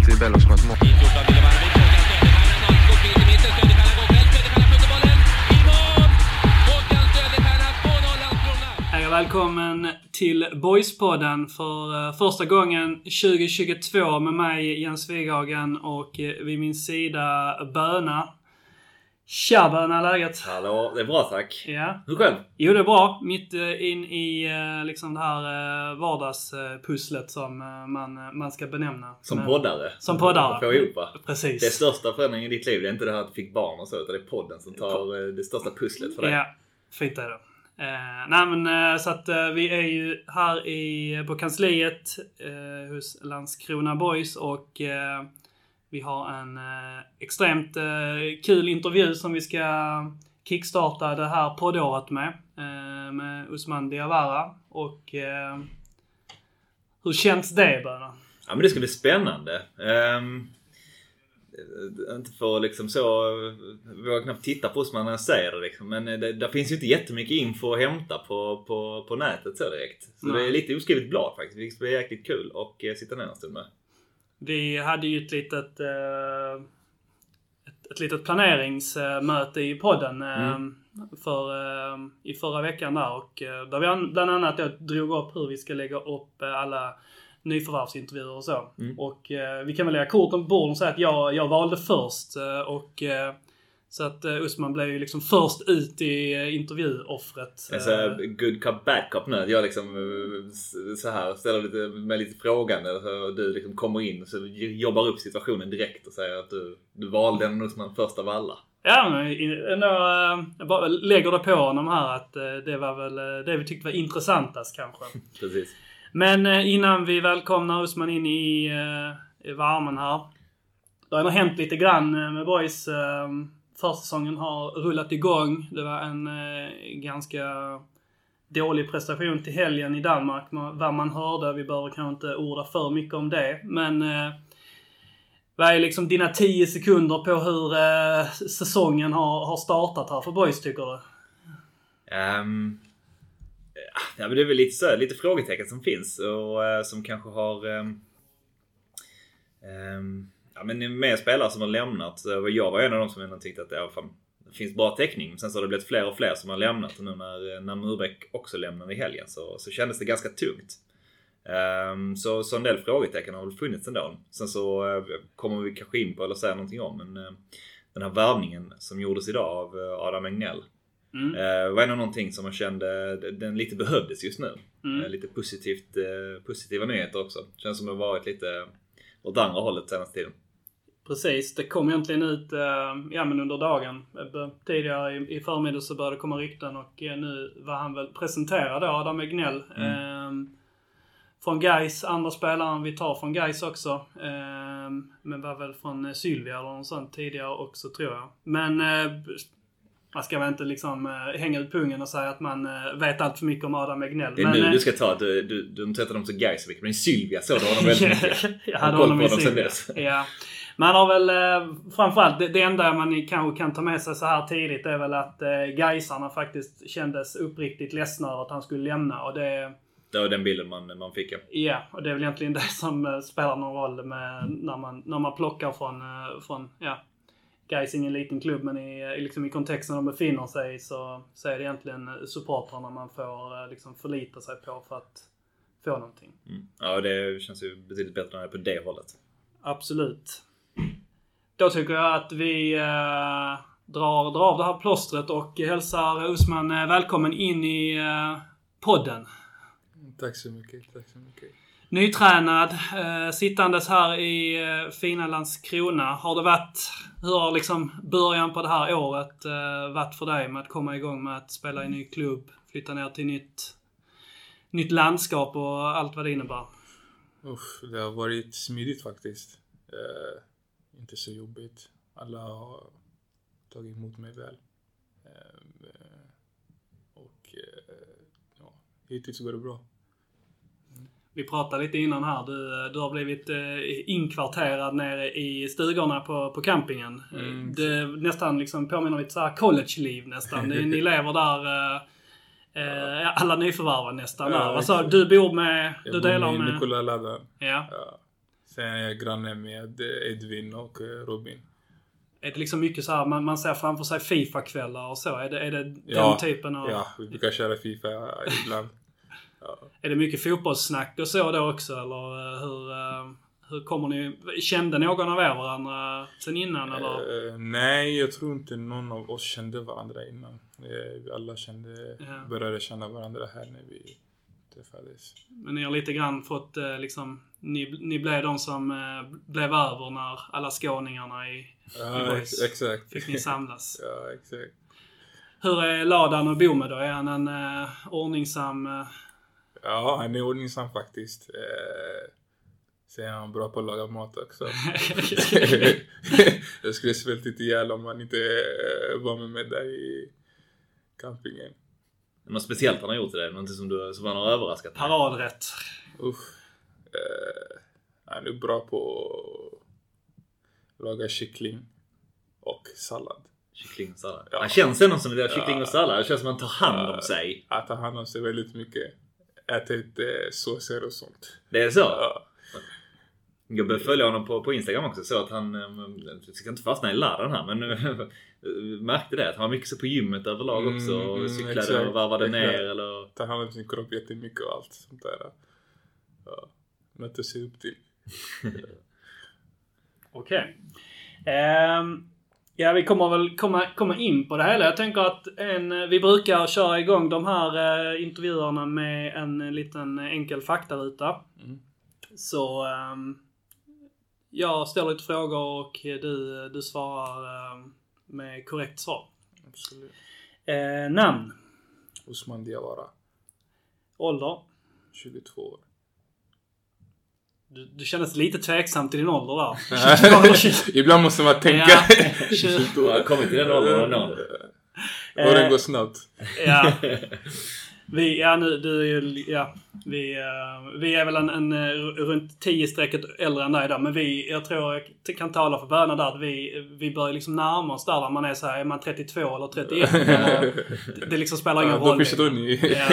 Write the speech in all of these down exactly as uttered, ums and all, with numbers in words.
till Bello som har ett mål. Hej och välkommen till Boyspodden för första gången tjugo tjugotvå med mig Jens Vighagen och vid min sida Böna. Tja Böna, läget? Hallå, det är bra tack. Ja. Hur själv? Jo, det är bra. Mitt in i liksom det här vardagspusslet som man, man ska benämna. Som Men, poddare. Som poddare. Få ihop, va? Precis. Det är största förändringen i ditt liv. Det är inte det här att du fick barn och så, utan det är podden som tar det största pusslet för dig. Ja, fint är det. Eh, nej men så att eh, vi är ju här i, på kansliet eh, hos Landskrona Boys och eh, vi har en eh, extremt eh, kul intervju som vi ska kickstarta det här poddåret med eh, med Usman Diawara och eh, hur känns det, Böna? Ja, men det ska bli spännande. Um, inte för liksom så vi har knappt titta på oss när jag säger det liksom. Men det, det finns ju inte jättemycket info att hämta på, på, på nätet så direkt. Så Nej. Det är lite oskrivet blad faktiskt. Det blir jäkligt kul och eh, sitta ner en stund med. Vi hade ju ett litet eh, ett, ett litet planeringsmöte i podden eh, mm. för, eh, i förra veckan där och eh, där vi bland annat jag drog upp hur vi ska lägga upp eh, alla nyförvärvsintervjuer och så. Mm. Och eh, vi kan väl lägga korten på borden och säga att jag, jag valde först eh, och eh, så att eh, Usman blev ju liksom först ut i eh, intervjuoffret. Det är så här, good cup, bad cup nu. Jag liksom så här ställer lite med lite frågande och du liksom kommer in och så jobbar upp situationen direkt och säger att du, du valde den Usman först av alla. Ja, men ändå, jag bara lägger det på honom här att det var väl det vi tyckte var intressantast kanske. Precis. Men innan vi välkomnar Usman in i, i värmen här. Det har nog hänt lite grann med Boys. Försäsongen har rullat igång. Det var en ganska dålig prestation till helgen i Danmark. Vad man hörde, vi behöver kanske inte orda för mycket om det. Men vad är liksom dina tio sekunder på hur säsongen har, har startat här för Boys, tycker du? Um... Ja, men det är väl lite, så, lite frågetecken som finns och uh, som kanske har um, um, ja, men mer spelare som har lämnat. Så jag var en av dem som ändå tyckte att det, ja, fan, det finns bra täckning. Sen så har det blivit fler och fler som har lämnat och nu när, när Murbeck också lämnade i helgen så, så kändes det ganska tungt. Um, så, så en del frågetecken har väl funnits ändå. Sen så uh, kommer vi kanske in på eller säga någonting om men, uh, den här värvningen som gjordes idag av uh, Adam Egnell. Mm. Det uh, var ändå någonting som jag kände den lite behövdes just nu. Mm. Uh, lite positivt, uh, positiva nyheter också. Känns som det har varit lite åt andra hållet senaste tiden. Precis, det kom egentligen ut uh, ja, men under dagen. Tidigare i, i förmiddag så började det komma rykten och uh, nu var han väl presenterad då, Adam Egnell. Mm. Uh, från Gais, andra spelaren vi tar från Gais också. Uh, men var väl från Sylvia eller något sånt tidigare också, tror jag. Men uh, man ska väl inte liksom uh, hänga ut pungen och säga att man uh, vet allt för mycket om Adam Egnell. Det är men, nu uh, du ska ta att du, du, du inte sätter dem så Gais så mycket. Men i Sylvia så då har de väldigt mycket. Jag hade honom i Sylvia. Ja. Man har väl uh, framförallt det, det enda man kanske kan ta med sig så här tidigt är väl att uh, Gaisarna faktiskt kändes uppriktigt ledsna över att han skulle lämna. Och det, det var den bilden man, man fick. Ja. ja, och det är väl egentligen det som uh, spelar någon roll med, när, man, när man plockar från, uh, från ja, Gais är ingen liten klubb, men i, liksom i kontexten de befinner sig så, så är det egentligen supportrarna man får liksom förlita sig på för att få någonting. Mm. Ja, det känns ju betydligt bättre när det är på det hållet. Absolut. Då tycker jag att vi eh, drar, drar av det här plåstret och hälsar Usman eh, välkommen in i eh, podden. Tack så mycket, tack så mycket. Nytränad, eh, sittandes här i eh, fina Landskrona. Har det varit, hur har liksom början på det här året eh, varit för dig med att komma igång med att spela i en ny klubb, flytta ner till nytt, nytt landskap och allt vad det innebär? Uff, det har varit smidigt faktiskt. Eh, inte så jobbigt. Alla har tagit emot mig väl. Eh, och eh, ja, hittills går det bra. Vi pratade lite innan här. Du, du har blivit eh, inkvarterad nere i stugorna på, på campingen. Mm, det nästan liksom påminner lite så här college-liv nästan. Det, ni lever där, eh, eh, alla nyförvärvar nästan. Ja, där. Alltså, du bor med... Jag du bor delar med, med Nikola Ladan. Ja. Ja. Sen är jag granne med Edvin och Robin. Är det liksom mycket så här, man, man ser framför sig FIFA-kvällar och så? Är det, är det ja, den typen av... Ja, vi brukar köra FIFA ibland. Ja. Är det mycket fotbollssnack och så då också? Eller hur, hur kommer ni... Kände någon av er varandra sen innan? Eller? Uh, nej, jag tror inte någon av oss kände varandra innan. Vi alla kände, ja. började känna varandra här när vi träffades. Men ni har lite grann fått liksom... Ni, ni blev de som blev över när alla skåningarna i... Ja, ex- exakt. Fick ni samlas. Ja, exakt. Hur är Ladan att bo med då? Är han en uh, ordningsam... Uh... Ja, han är ordningsam faktiskt. Eh, sen är han bra på att laga mat också. Jag skulle svälta lite ihjäl om han inte uh, var med mig där i campingen. Något speciellt han har gjort till dig? Någonting som, du, som han har överraskat? Paradrätt. Uff. Eh, han är bra på att laga kyckling och sallad. Kyckling och sallad. Ja. Han känns ändå som det där kyckling och sallad. Det känns som att han tar hand om sig. Han tar hand om sig väldigt mycket. Äter inte såser och sånt. Det är så? Ja. Jag började följa honom på, på Instagram också. Så att han... Jag ska inte fastna i ladan här. Men märkte det. Att han var mycket så på gymmet överlag också. Och mm, cyklade exakt, och varvade exakt. ner. Eller... Tar hand om sin kropp jättemycket och allt sånt där. Ja. Något att se upp till. Okej. Okay. Um, ja, vi kommer väl komma, komma in på det hela. Jag tänker att en, vi brukar köra igång de här uh, intervjuerna med en liten enkel faktaruta. Mm. Så um, jag ställer lite frågor och du, du svarar uh, med korrekt svar. Absolut. Uh, namn? Osman Diawara. Ålder? tjugotvå år. Du, du kändes lite tveksam till din ålder där. Ibland måste man tänka. Ja, jag har kommit till den åldern någon. Och den går snabbt. Ja. Vi, ja, nu, du, ja, vi, uh, vi är väl en, en, en runt tio strecket äldre än dig där. Men vi, jag tror jag kan tala för början där att vi, vi börjar liksom närma oss där, där man är så här, är man trettiotvå eller trettioett? Eller, det, det liksom spelar ingen ja, roll. Då förstår ni. Ja.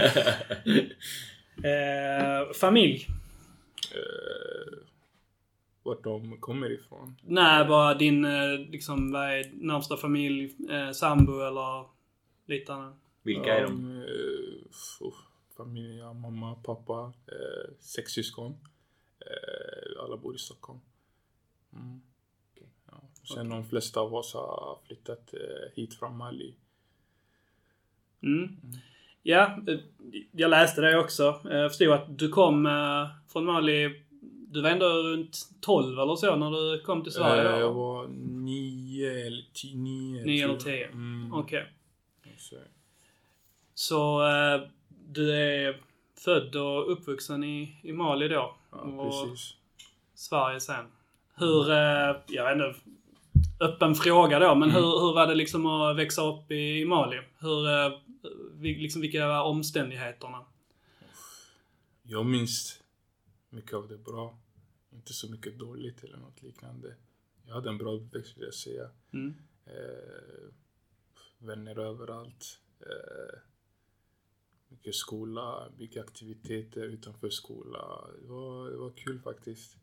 uh, familj? Uh, vart de kommer ifrån? Nej, bara din liksom, vad är närmsta familj, eh, sambo eller lite annat. Vilka är de? Um, uh, familj, ja, mamma, pappa, eh, sex syskon. Eh, alla bor i Stockholm. Mm. Okay. Ja. Sen okay. De flesta av oss har flyttat eh, hit från Mali. Mm. Mm. Ja, jag läste det också. Jag förstod att du kom eh, från Mali. Du var ändå runt tolv eller så när du kom till Sverige? Eh, jag var nio eller tio. Nio eller tio? Mm. Okej. Okay. Så eh, du är född och uppvuxen i, i Mali då? Ja, och precis. Sverige sen. Hur, eh, jag vet inte, öppen fråga då, men mm. hur, hur var det liksom att växa upp i, i Mali? Hur, eh, liksom, vilka var omständigheterna? Jag minns mycket av det bra. Inte så mycket dåligt eller något liknande. Jag hade en bra uppväxt, skulle jag säga. Mm. Eh, vänner överallt. Eh, mycket skola, mycket aktiviteter utanför skola. Det var, det var kul faktiskt.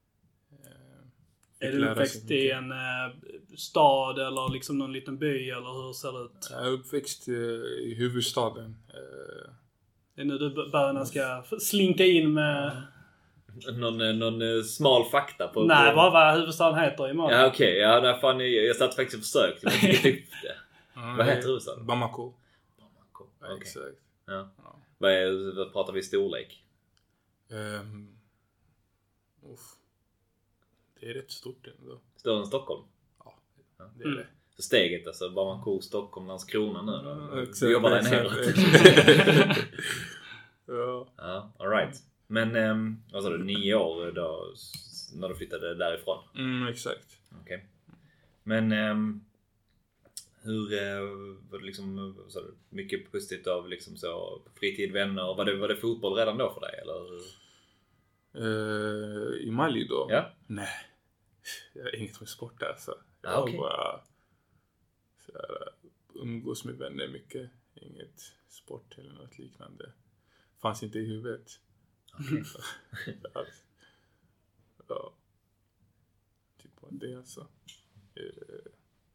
Eh, är du uppväxt i en eh, stad eller liksom någon liten by eller hur ser det ut? Jag är uppväxt eh, i huvudstaden. Eh, det är nu du börjar ska slinka in med... Någon, någon smal fakta på... Nej, på... bara vad huvudstaden heter i Mali. Ja, okej. Okay. Ja, nej, fan, jag, jag satt faktiskt och försökte. Men jag typ det. Mm, vad heter huvudstaden? Bamako. Bamako, okej. Okay. Exakt. Ja. Ja. Vad, är, vad pratar vi i storlek? Um, det är rätt stort ändå. Större än Stockholm? Ja, det är mm. det. Så steget alltså, Bamako, Stockholm, Landskrona nu då? Ja, exakt. Du jobbar där neråt. Ja. Ja, all right. Men um, vad sa du, nio år då, när du flyttade därifrån? Mm, exakt. Okej. Okay. Men um, hur uh, var det liksom, vad sa du, mycket positivt av liksom så fritid, vänner, var det, var det fotboll redan då för dig eller? Uh, I Mali då? Ja. Nej, jag har inget med sport alltså. Jag ah, okay. bara så här, umgås med vänner mycket, inget sport eller något liknande. Fanns inte i huvudet. Okay. Ja. det alltså. Eh.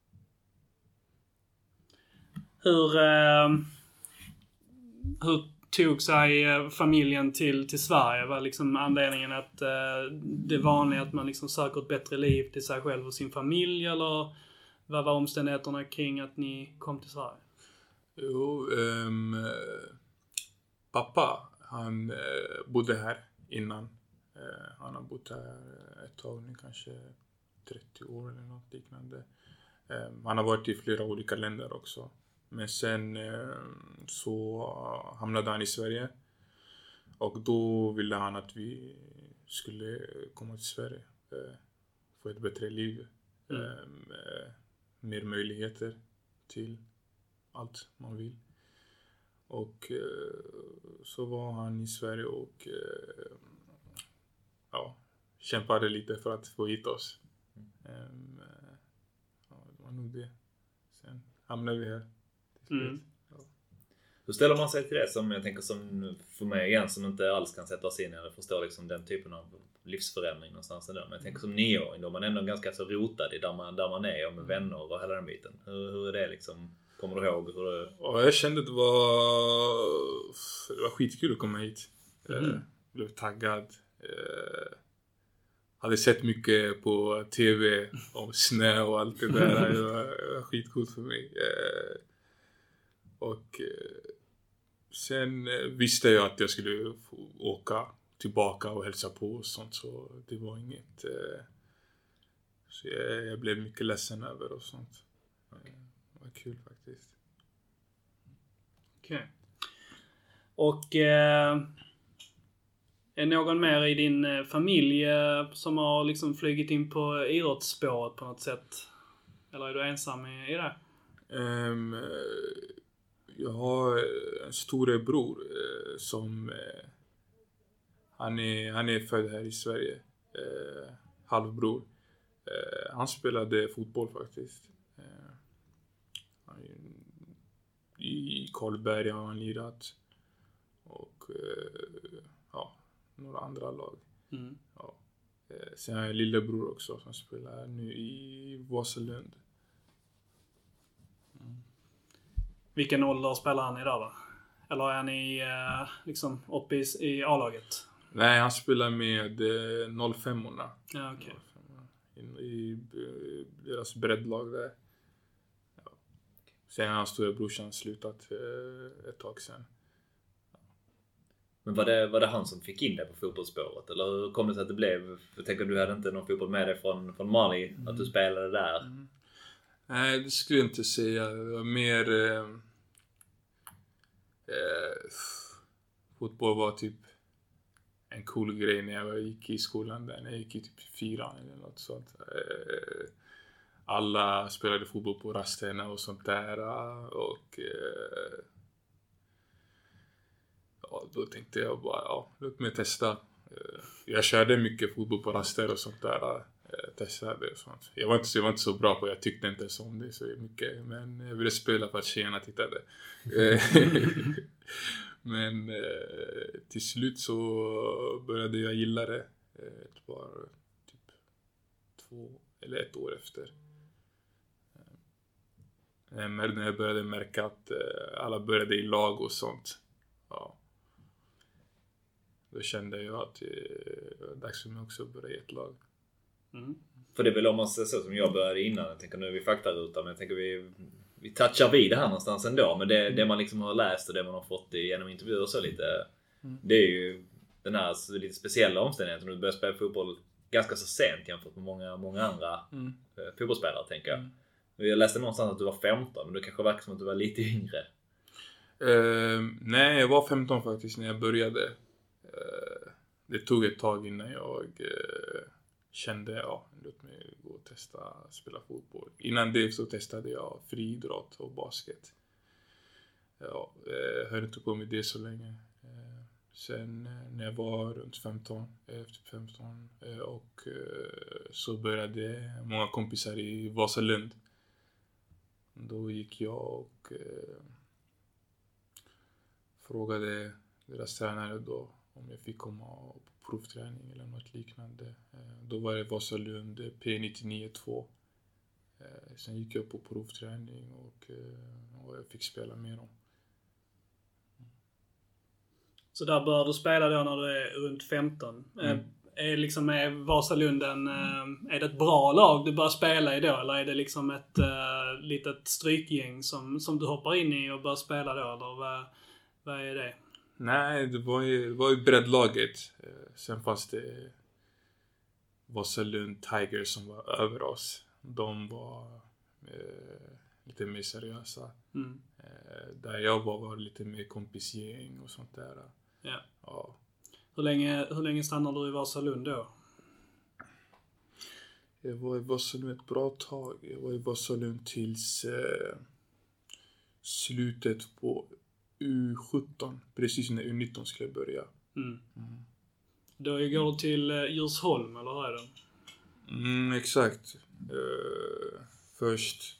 Hur, eh, hur tog sig familjen till, till Sverige? Var liksom anledningen att eh, det vanliga att man liksom söker ett bättre liv till sig själv och sin familj, eller vad var omständigheterna kring att ni kom till Sverige? Jo, um, pappa, han uh, bodde här innan. Uh, han har bott här ett tag nu, kanske trettio år eller något liknande. Um, han har varit i flera olika länder också. Men sen um, så hamnade han i Sverige. Och då ville han att vi skulle komma till Sverige. Uh, få ett bättre liv. Mm. Um, uh, mer möjligheter till allt man vill. Och eh, så var han i Sverige och eh, ja, kämpade lite för att få hit oss. Um, ja, det var nog det. Sen hamnade vi här. Mm. Ja. Hur ställer man sig till det, som jag tänker som för mig igen, som inte alls kan sätta oss in eller förstå liksom den typen av livsförändring någonstans där. Men jag tänker som nioåring då man är ändå ganska så rotad i där man, där man är och med vänner och hela den biten. Hur, hur är det liksom? Kommer du ihåg hur det... Ja, jag kände att det var, det var skitkul att komma hit. Mm. Jag blev taggad. Jag hade sett mycket på tv om snö och allt det där. Det var, det var skitcoolt för mig. Och sen visste jag att jag skulle åka tillbaka och hälsa på och sånt, så det var inget, så jag, jag blev mycket ledsen över och sånt. Det var kul faktiskt. Okej. Okay. Och eh, är någon mer i din familj eh, som har liksom flugit in på idrottsspåret på något sätt? Eller är du ensam i, i det? Um, jag har en storebror eh, som eh, han, är, han är född här i Sverige. Eh, halvbror. Eh, han spelade fotboll faktiskt. Eh, I Karlberg har han lirat. Och eh, ja, några andra lag. Mm. Ja. Eh, sen har jag en lillebror också som spelar nu i Vasalund. Mm. Vilken ålder spelar han idag då? Eller är han i, eh, liksom uppe i, i A-laget? Nej, han spelar med eh, noll fem-orna. Ja, okej. Okay. I, I deras breddlag där. Ja. Sen har hans stora brorsan slutat eh, ett tag sen. Ja. Men var det, var det han som fick in dig på fotbollsspåret? Eller hur kom det sig att det blev? Jag tänker du hade inte någon fotboll med dig från, från Mali, mm. att du spelade där. Mm. Nej, det skulle jag inte säga. Det var mer... Eh, eh, fotboll var typ en cool grej när jag gick i skolan där. När jag gick i typ fyran eller något sånt. Eh, alla spelade fotboll på rasterna och sånt där. Och eh, ja, då tänkte jag bara, ja, låt mig testa. Eh, jag körde mycket fotboll på raster och sånt där. Eh, testade och sånt. Jag var, inte, jag var inte så bra på, jag tyckte inte så om det så mycket. Men jag ville spela för att tjejerna tittade. Men eh, till slut så började jag gilla det. Det var typ två eller ett år efter. Eh, när jag började märka att eh, alla började i lag och sånt. Ja. Då kände jag att eh, det var dags för mig också att börja i ett lag. Mm. För det är väl om man ser så som jag började innan. Jag tänker nu är vi faktarutan, men jag tänker vi... Vi touchar vid det här någonstans ändå. Men det, mm. det man liksom har läst och det man har fått genom intervjuer och så lite. Mm. Det är ju den här lite speciella omständigheten. Du börjar spela fotboll ganska så sent jämfört med många, många andra mm. fotbollsspelare, tänker jag. Mm. Jag läste någonstans att du var femton. Men det kanske verkar som att du var lite yngre. Uh, nej, jag var femton faktiskt när jag började. Uh, det tog ett tag innan jag uh, kände, ja, låt mig gå och testa spela fotboll. Innan det så testade jag friidrott och basket. Ja, jag höll inte på med det så länge. Sen när jag var runt femton, efter femton, och så började många kompisar i Vasalund. Då gick jag och frågade deras tränare då om jag fick komma på provträning eller något liknande. Eh, då var det Vasalund P nittionio två. Eh, sen gick jag på provträning och, eh, och jag fick spela med dem. Så där bör du spela då när du är runt femton. Mm. Är liksom är Vasalunden, är det ett bra lag du börjar spela i då? Eller är det liksom ett uh, litet strykgäng som, som du hoppar in i och börjar spela då? Eller vad, vad är det? Nej, det var ju, det var ju breddlaget. Sen fanns det Vasalund Tigers som var över oss. De var eh, lite mer seriösa. Mm. Eh, där jag var var lite mer kompisgäng och sånt där. Ja. Ja. Hur länge, hur länge stannade du i Vasalund då? Jag var i Vasalund ett bra tag. Jag var i Vasalund tills eh, slutet på U sjutton. Precis när U nitton skulle börja. Mm. Mm. Då går du till eh, Djursholm, eller vad är det? Mm, exakt. Uh, först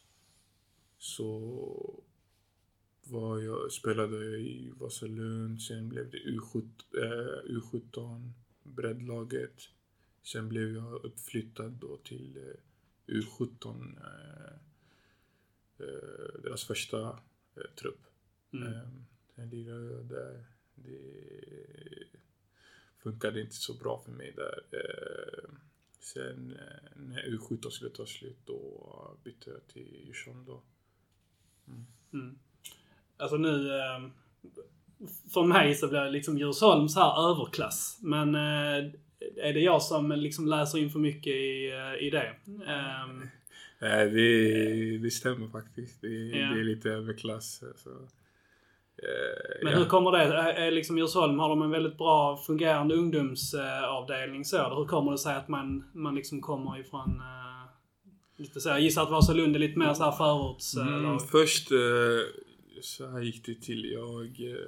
så var jag, spelade jag i Vasalund. Sen blev det U sjutton, uh, U sjutton breddlaget. Sen blev jag uppflyttad då till uh, U sjutton. Uh, uh, deras första uh, trupp. Mm. Um, sen lirade jag där. Det funkade inte så bra för mig där. Uh, Sen när U sjutton skulle ta slut då bytte jag till Djursholm då. Mm. Mm. Alltså nu, för mig så blir det liksom Djursholm så här överklass. Men är det jag som liksom läser in för mycket i, i det? Um... Nej, det, det stämmer faktiskt. Det, ja. det är lite överklass. Så. Men ja. Hur kommer det? Är liksom Djursholm, har de en väldigt bra fungerande ungdomsavdelning så? Eller hur kommer det sig att man, man liksom kommer ifrån uh, lite så här, jag gissar att Vasalund är lite mer så här förorts uh, mm, Först uh, så här gick det till. Jag uh,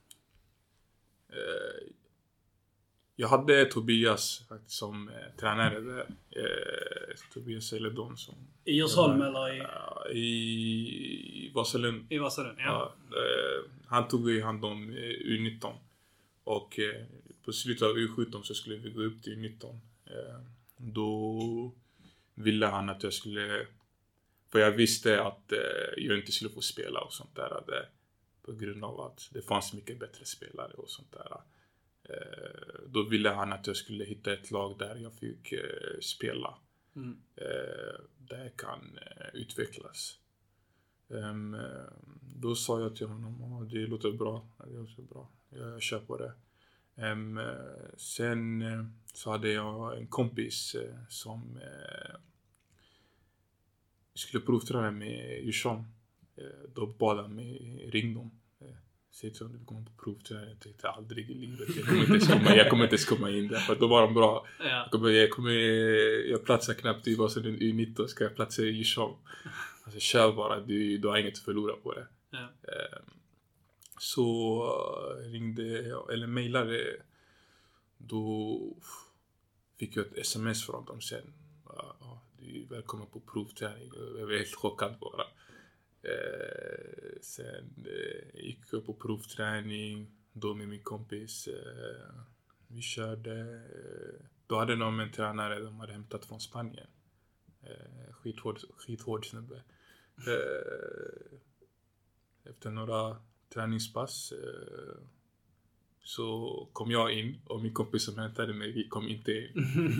uh, jag hade Tobias faktiskt som uh, tränare där. Uh, Tobias Eledon som i Djursholm eller i uh, i Vasalund. I Vasalund, ja. ja uh, Han tog ju hand om U nitton. Och eh, på slutet av U sjutton så skulle vi gå upp till U nitton. Eh, då ville han att jag skulle... För jag visste att eh, jag inte skulle få spela och sånt där. där på grund av att det fanns mycket bättre spelare och sånt där. Eh, då ville han att jag skulle hitta ett lag där jag fick eh, spela. Mm. Eh, där jag kan eh, utvecklas. Um, då sa jag till honom, oh, det låter bra, det låter bra, jag kör på det. Um, sen uh, så hade jag en kompis uh, som uh, skulle provträna med Djursholm. Uh, då bad han mig, ring dem. Uh, Säg till honom, du kommer på provträning. Jag tänkte aldrig i livet, jag kommer inte ens komma, jag kommer inte ens komma in där. För då var de bra. Ja. Jag, kommer, jag, kommer, jag platsar knappt i Vasalund U nitton, ska jag platsa i Djursholm. Alltså kör bara, du, du har inget att förlora på det. Ja. Så ringde jag, eller mejlade. Då fick jag ett sms från dem sen. Ja, du är välkommen på provträning. Jag var helt chockad bara. Sen gick jag på provträning. Då med min kompis. Vi körde. Då hade de en tränare de hade hämtat från Spanien. Skithård, skithård snubbe. Efter några träningspass så kom jag in och min kompis som hämtade mig, vi kom inte in.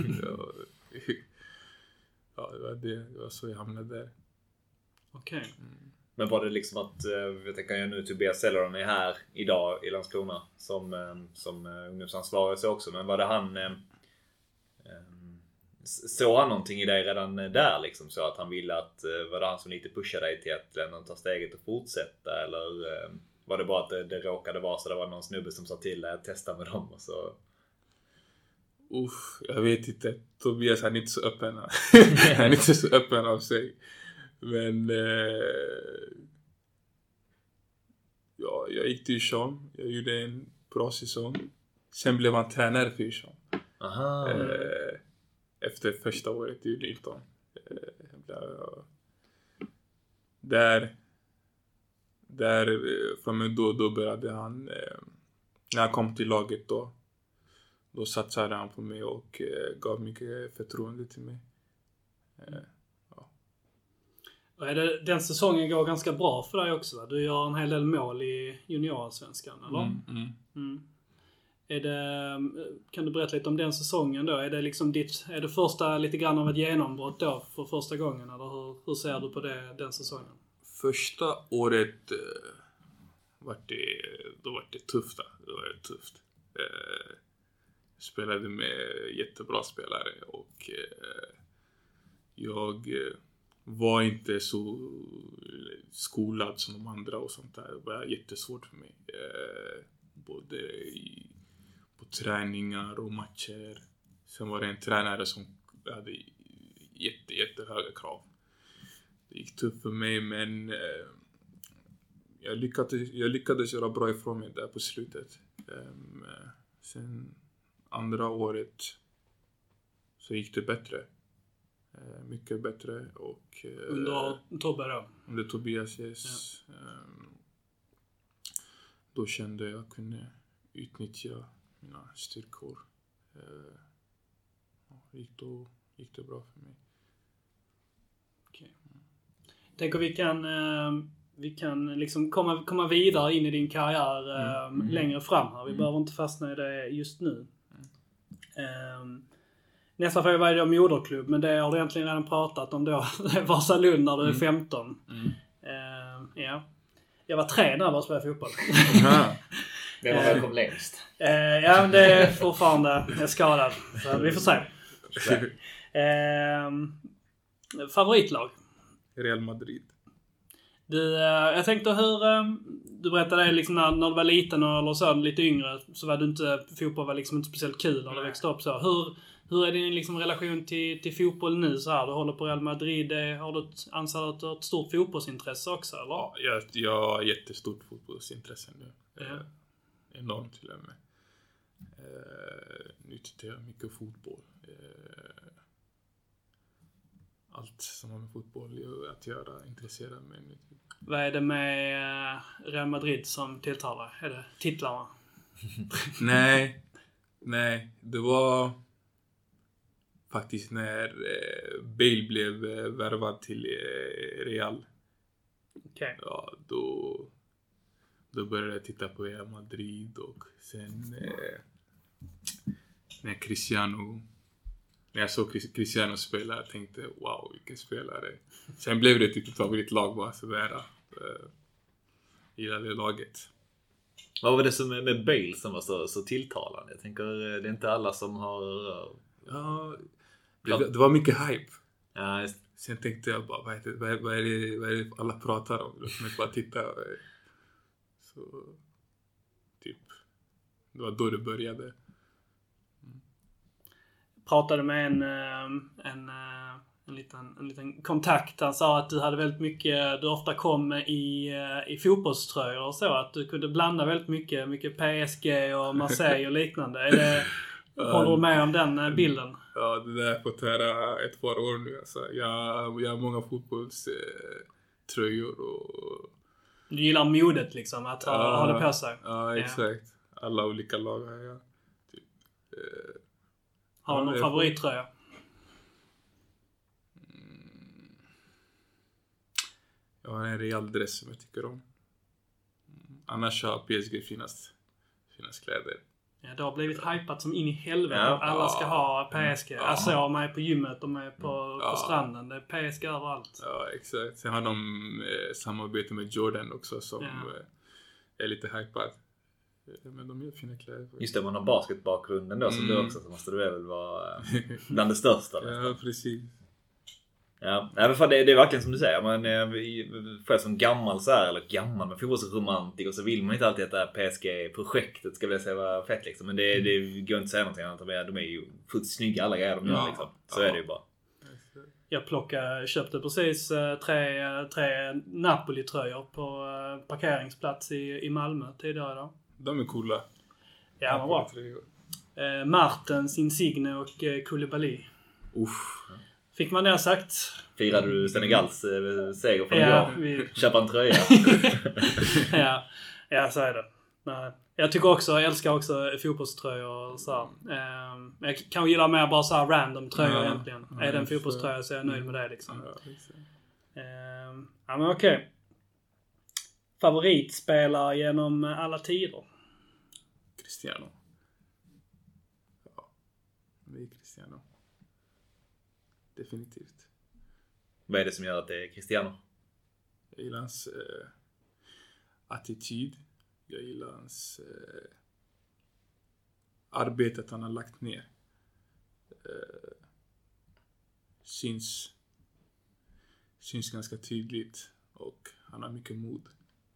Ja, det var det, det var så jag hamnade där. Okej. Okay. Mm. Men var det liksom att, jag tänker jag nu, Tobias Selleron är här idag i Landskrona som, som ungdomsansvarig så också, men var det han såg han någonting i dig redan där liksom, så att han ville att, var det han som lite pushade dig till att ändå ta steget och fortsätta, eller var det bara att det, det råkade vara så det var någon snubbe som sa till dig att testa med dem och så? Uff, jag vet inte. Tobias han är inte så öppen. Han är inte så öppen av sig. Men eh, ja, jag gick till Djursholm. Jag gjorde en bra säsong. Sen blev han tränare för Djursholm. Aha. Eh, efter första året i U nitton. Eh, där där från och då, då började han eh, när han kom till laget då då satsade han på mig och eh, gav mycket förtroende till mig. Eh, ja. Och är det, den säsongen går ganska bra för dig också, va? Du gör en hel del mål i juniorsvenskan, eller? Mm, mm. Mm. Är det, kan du berätta lite om den säsongen då? Är det liksom ditt, är det första lite grann av ett genombrott då för första gången? Eller hur, hur ser du på det, den säsongen? Första året eh, var det, då var det tufft. Då var det tufft. Eh, spelade med jättebra spelare och eh, jag eh, var inte så skolad som de andra och sånt där. Det var jättesvårt för mig. Eh, både i, på träningar och matcher. Sen var det en tränare som hade jätte, jättehöga krav. Det gick tufft för mig, men eh, jag, lyckades, jag lyckades göra bra ifrån mig där på slutet. Um, sen andra året så gick det bättre. Uh, mycket bättre. Och, uh, under Tobbe då? Under Tobias, yes. Ja. Um, då kände jag att jag kunde utnyttja mina styrkor. Uh, gick, då, gick det bra för mig. Okay. Tänker vi kan, eh, vi kan liksom komma, komma vidare in i din karriär eh, mm. Mm. längre fram här. Vi mm. behöver inte fastna i det just nu. Mm. Eh, nästa fråga var det om moderklubb, men det har du egentligen redan pratat om då. Vasalund när du är femton. Mm. Eh, ja. Jag var tre när jag spelade fotboll. Det var väl kom längst. Eh, ja, men det är fortfarande jag är skadad. Så vi får se. eh, favoritlag? Real Madrid. Du, jag tänkte hur, du berättade liksom när, när du var liten eller så, lite yngre, så var du inte, fotboll var liksom inte speciellt kul när du växte upp så. Hur, hur är din liksom relation till, till fotboll nu så här? Du håller på Real Madrid, har du ett, anser du att du har ett stort fotbollsintresse också, eller? Ja, jag, jag har jättestort fotbollsintresse nu. Ja. Eh, enormt till och med. Eh, nu tittar jag mycket fotboll. Eh, Allt som har med fotboll att göra intresserar mig. Vad är det med Real Madrid som tilltalar? Är det titlarna? nej, nej. Det var faktiskt när Bale blev värvad till Real. Okay. Ja, då, då började jag titta på Real Madrid och sen eh, när Cristiano När jag såg Cristiano spela, jag tänkte wow, vilken spelare. Sen blev det typ ett favoritlag bara sådär. Uh, gillade laget. Vad var det som med Bale som var så, så tilltalande? Jag tänker, det är inte alla som har... Uh, ja, det, det var mycket hype. Ja, just. Sen tänkte jag bara, vad är det, vad är, vad är det, vad är det alla pratar om? Låt mig bara titta. Så, typ, det var då det började. Pratade med en, en, en, liten, en liten kontakt. Han sa att du hade väldigt mycket, du ofta kom i, i fotbollströjor och så. Att du kunde blanda väldigt mycket, mycket P S G och Marseille och liknande. Är det, håller du med om den bilden? Ja, det där har jag fått höra ett par år nu. Alltså. Jag, jag har många fotbollströjor och... Du gillar modet liksom, att ha, ja, ha det på sig. Ja, exakt. Alla olika lag har jag. Typ, eh, Har du någon favorittröja? Mm. Jag har en Real dress som jag tycker om. Annars har P S G finast, finast kläder. Ja, det har blivit hypat som in i helvete. Ja. Alla ska ha P S G. Ja. Alltså jag är på gymmet, de är på, Ja. på stranden. Det är P S G överallt. Ja, exakt. Sen har de eh, samarbete med Jordan också som Ja. eh, är lite hypad. Men de gör fina kläder. Just det, man har basketbakgrunden då som Mm. du också, så måste du väl vara bland det största. Ja, precis. Ja, nej, men fan, det, det är verkligen som du säger. Man är själv som gammal så här, eller gammal, men fotbollsromantik, och så vill man inte alltid att det här P S G-projektet ska vilja säga vara fett liksom. Men det, mm. det går inte att säga någonting annat. De är, de är ju fullt snygga alla grejer de gör Ja. liksom. Så Ja. är det ju bara. Jag plockade, köpte precis tre, tre Napoli-tröjor på parkeringsplats i, i Malmö tidigare idag. De är coola. Ja, vad bra. Eh, Martens, Insigne och eh, Koulibaly. Uff. Fick man det sagt? Firade du Senegals eh, seger från Ja, igår? vi... Köpa en tröja. ja, ja, så är det. Nej. Jag tycker också, jag älskar också fotbollströjor och så här. Eh, jag kan gilla mer bara så här random tröjor ja, egentligen. Ja, är det en fotbollströja så är jag nöjd med det liksom. Ja, eh, ja men okej. Okay. Favoritspelare genom alla tider? Cristiano. Ja, det är Cristiano. Definitivt. Vad är det som gör att det är Cristiano? Jag gillar hans eh, attityd. Jag gillar hans eh, arbetet han har lagt ner. Eh, syns, syns ganska tydligt och han har mycket mod.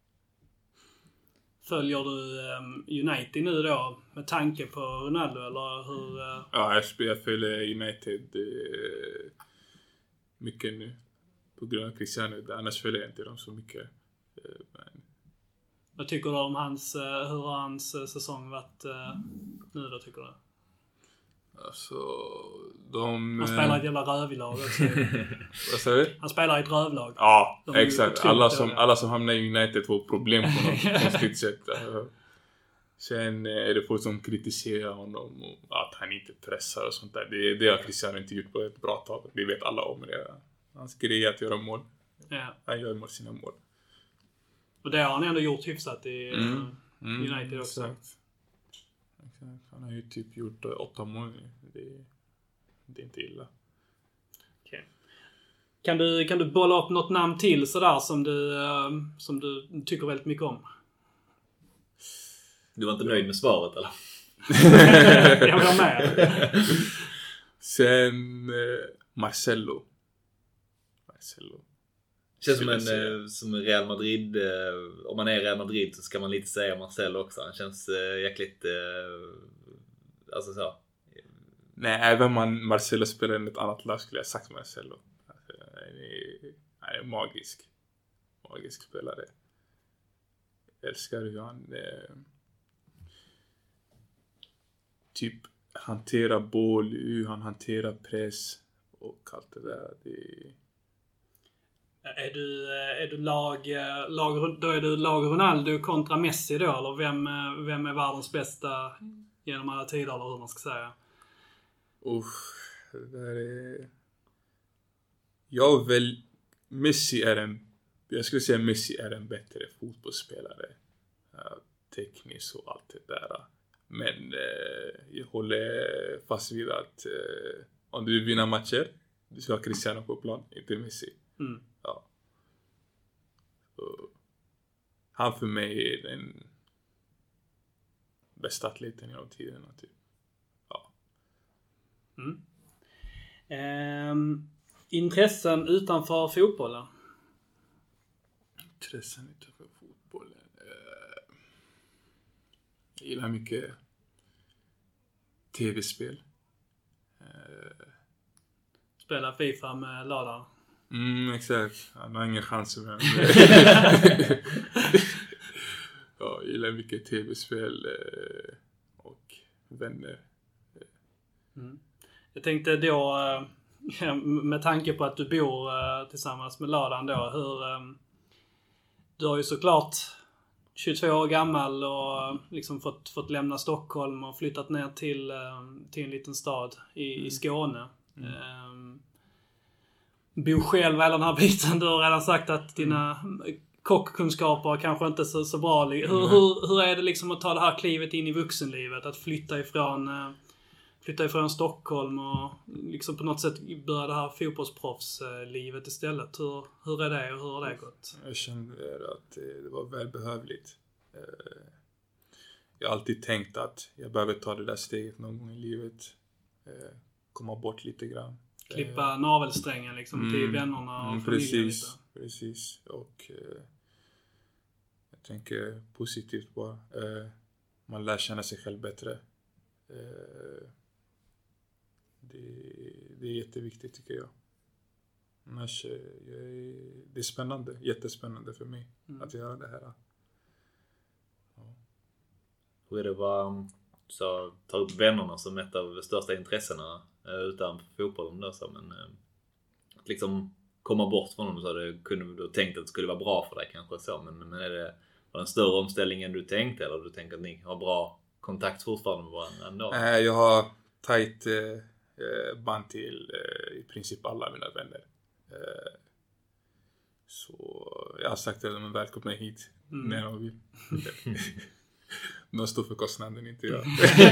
Följer du um, United nu då med tanke på Ronaldo eller hur? Uh... Ja, jag, spelar, jag följer United uh, mycket nu på grund av Cristiano. Annars följer jag inte dem så mycket. Uh, men... Vad tycker du om hans, uh, hur har hans uh, säsong varit uh, nu då tycker du? Alltså, de... Han spelar i ett jävla rövlag också. Vad säger du? Han spelar i ett rövlag. Ja, exakt. Alla som, alla som hamnar i United får problem på något konstigt sätt. Sen är det folk som kritiserar honom och att han inte pressar och sånt där. Det, det har Cristiano inte gjort på ett bra tag. Det vet alla om det. Hans grej är att göra mål. Ja. Han gör mål sina mål. Och det har han ändå gjort hyfsat i mm. Mm, United också. Exakt. Han har ju typ gjort åtta mål. Det, det är inte illa. Okay. Kan du, kan du bolla upp något namn till sådär som du, som du tycker väldigt mycket om? Du var inte nöjd med svaret eller? Jag var med. Sen eh, Marcelo. Marcelo. Känns som en som Real Madrid. Eh, om man är Real Madrid så ska man lite säga Marcelo också. Han känns eh, jäkligt eh, alltså så. Nej, även man Marcelo spelar i ett annat lag skulle jag sagt Marcelo. Alltså, han, är, han är magisk. Magisk spelare. Jag älskar hur han eh, typ hanterar boll, hur han hanterar press och allt det där. Det... Är du, är du lag, lag, då är du lag Ronaldo kontra Messi då? Eller vem, vem är världens bästa genom alla tider eller hur man ska säga? Uff, det där är... Jag väl... Messi är en... Jag skulle säga Messi är en bättre fotbollsspelare. Uh, tekniskt och allt det där. Men uh, jag håller fast vid att uh, om du vill vinna matcher, du ska ha Cristiano på plan, inte Messi. Mm. Ja. Så, han för mig är den bästa atleten genom tiderna typ. Ja. Mm. Ehm, intressen utanför fotbollen? Intressen utanför fotbollen? Ehm, jag gillar mycket tv-spel. Ehm. Spela FIFA med Lada? Mm, exakt. Han har ingen chans med ja, jag gillar mycket tv-spel och vänner. Mm. Jag tänkte då, med tanke på att du bor tillsammans med Ladan då, hur... Du har ju såklart tjugotvå år gammal och liksom fått, fått lämna Stockholm och flyttat ner till, till en liten stad i, mm. i Skåne. Mm. Um, Bo själv hela den här biten. Du har redan sagt att dina mm. kockkunskaper kanske inte är så, så bra. Hur, mm. hur, hur är det liksom att ta det här klivet in i vuxenlivet? Att flytta ifrån, flytta ifrån Stockholm och liksom på något sätt börja det här fotbollsproffslivet istället. Hur, hur är det och hur har det gått? Jag kände att det var välbehövligt. Jag har alltid tänkt att jag behöver ta det där steget någon gång i livet. Komma bort lite grann. Klippa navelsträngen liksom mm, till vännerna och mm, familjen precis, lite. Precis. Och eh, jag tänker positivt bara. Eh, man lär känna sig själv bättre. Eh, det, det är jätteviktigt tycker jag. Annars, jag är, det är spännande. Jättespännande för mig mm. att göra det här. Ja. Hur är det bara så ta upp vännerna som ett av de största intressena utanför fotbollen då, så men att liksom komma bort från dem så hade kunde du tänkt att det skulle vara bra för dig kanske så, men men är det var det en större omställning än du tänkte? Eller du tänker att ni har bra kontakt fortfarande med varandra ändå? Nej, jag har tajt eh, band till eh, i princip alla mina vänner. Eh, så jag har sagt att de är välkomna hit mm. när de vill. De står för kostnaden, inte jag.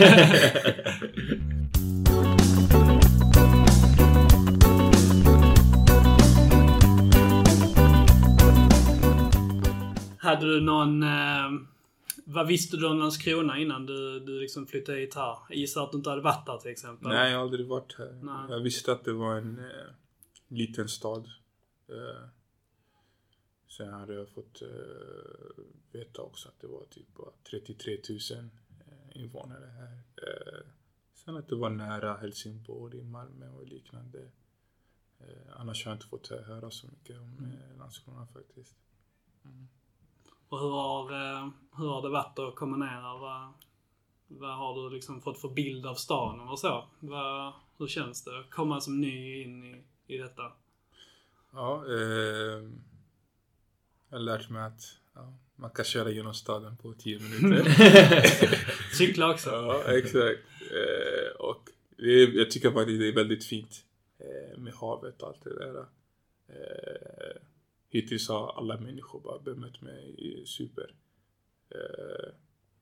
Hade du någon... Eh, vad visste du om Landskrona innan du, du liksom flyttade hit här? Jag gissar att du inte hade varit där till exempel. Nej, jag har aldrig varit här. Nej. Jag visste att det var en eh, liten stad. Eh, sen hade jag fått eh, veta också att det var typ trettiotre tusen eh, invånare här. Eh, sen att det var nära Helsingborg, Malmö och liknande. Eh, annars har jag inte fått höra så mycket om eh, Landskrona faktiskt. Mm. Och hur har, hur har det varit att komma ner här? Vad, vad har du liksom fått för bild av stan och så? Vad, hur känns det att komma som ny in i, i detta? Ja, eh, jag har lärt mig att ja, man kan köra genom staden på tio minuter. Cykla också. Ja, exakt. Eh, och det, jag tycker faktiskt det är väldigt fint eh, med havet och allt det där. Eh, Hittills har alla människor bara bemött mig super. Eh,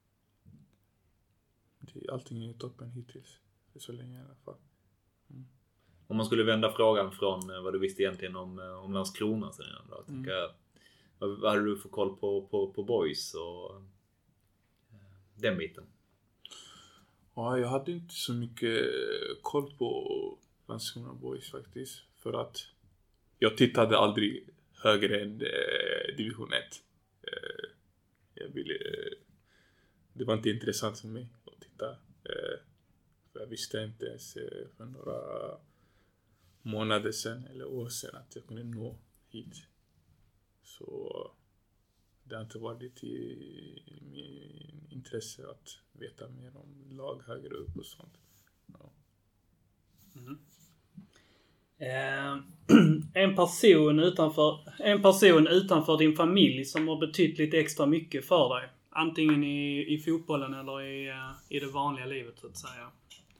det, allting är toppen hittills. För så länge i alla fall. Mm. Om man skulle vända frågan från vad du visste egentligen om, om Landskrona sen innan då. Mm. Tänka, vad, vad hade du för koll på, på, på boys och eh, den biten? Ja, jag hade inte så mycket koll på Landskrona boys faktiskt. För att jag tittade aldrig högre än eh, division ett. Eh, jag ville, eh, det var inte intressant för mig att titta. Eh, för jag visste inte ens eh, för några månader sedan eller år sedan att jag kunde nå hit. Så det har inte varit i min intresse att veta mer om lag högre upp och sånt. Ja. Mm. Eh, en person utanför en person utanför din familj som har betytt lite extra mycket för dig, antingen i, i fotbollen eller i, i det vanliga livet så att säga.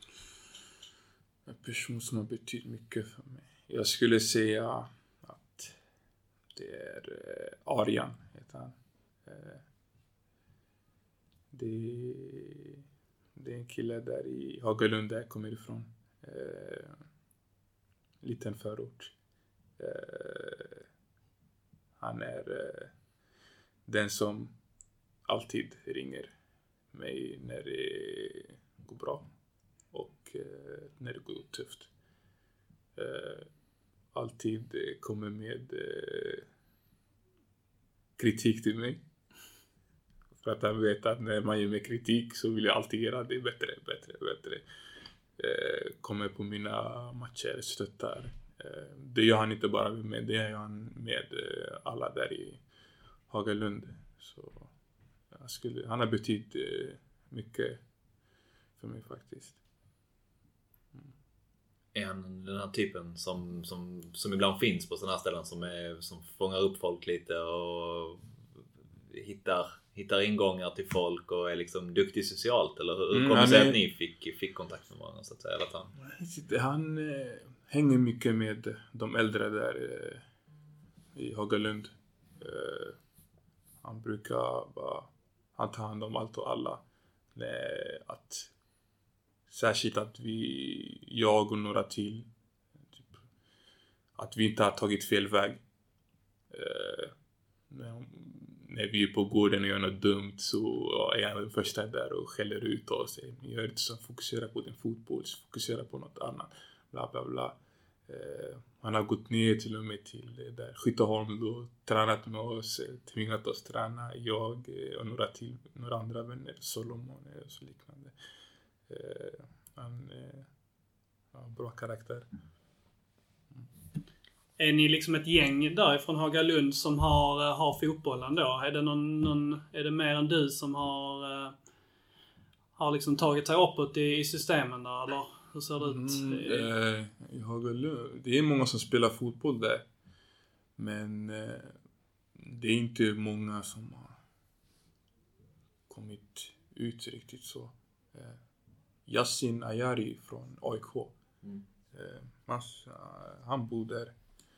En person som har betytt mycket för mig. Jag skulle säga att det är eh, Arjan heter han. Eh, det, det är en kille där i Hagalund där jag kommer ifrån. Eh, liten förort. Eh, han är eh, den som alltid ringer mig när det går bra och eh, när det går tufft. Eh, alltid eh, kommer med eh, kritik till mig. För att han vet att när man ger mig kritik så vill jag alltid göra det bättre, bättre, bättre. Eh, kommer på mina matcher, stöttar. Eh, det gör han inte bara med, det gör han med eh, alla där i Hagalund. Så jag skulle, han har betytt eh, mycket för mig faktiskt. Mm. Är han den här typen som, som, som ibland finns på sådana här ställen som, är, som fångar upp folk lite och hittar hittar ingångar till folk och är liksom duktig socialt, eller hur mm, kommer det sig är... att ni fick, fick kontakt med varandra så att säga? Eller att han han eh, hänger mycket med de äldre där eh, i Hagalund. Eh, han brukar bara han tar hand om allt och alla. Nej, att särskilt att vi, jag och några till typ, att vi inte har tagit fel väg. Eh, när, när vi är på gården och gör något dumt så är jag den första där och skäller ut oss. Gör inte så, fokusera på din fotboll, fokusera på något annat. Bla bla bla. Eh, han har gått ner till och med till där Skytteholm och tränat med oss, tvingat oss träna. Jag och några till, några andra vänner, Solomon och så liknande. Eh, han eh, har bra karaktär. Är ni liksom ett gäng därifrån Hagalund som har, har fotbollen då? Är det, någon, någon, är det mer än du som har, har liksom tagit sig uppåt i, i systemen där, eller hur ser det ut? Mm, eh, i Hagalund, det är många som spelar fotboll där. Men eh, det är inte många som har kommit ut riktigt så. Eh, Yassin Ayari från A I K. Mm. Eh, massa, han bor där.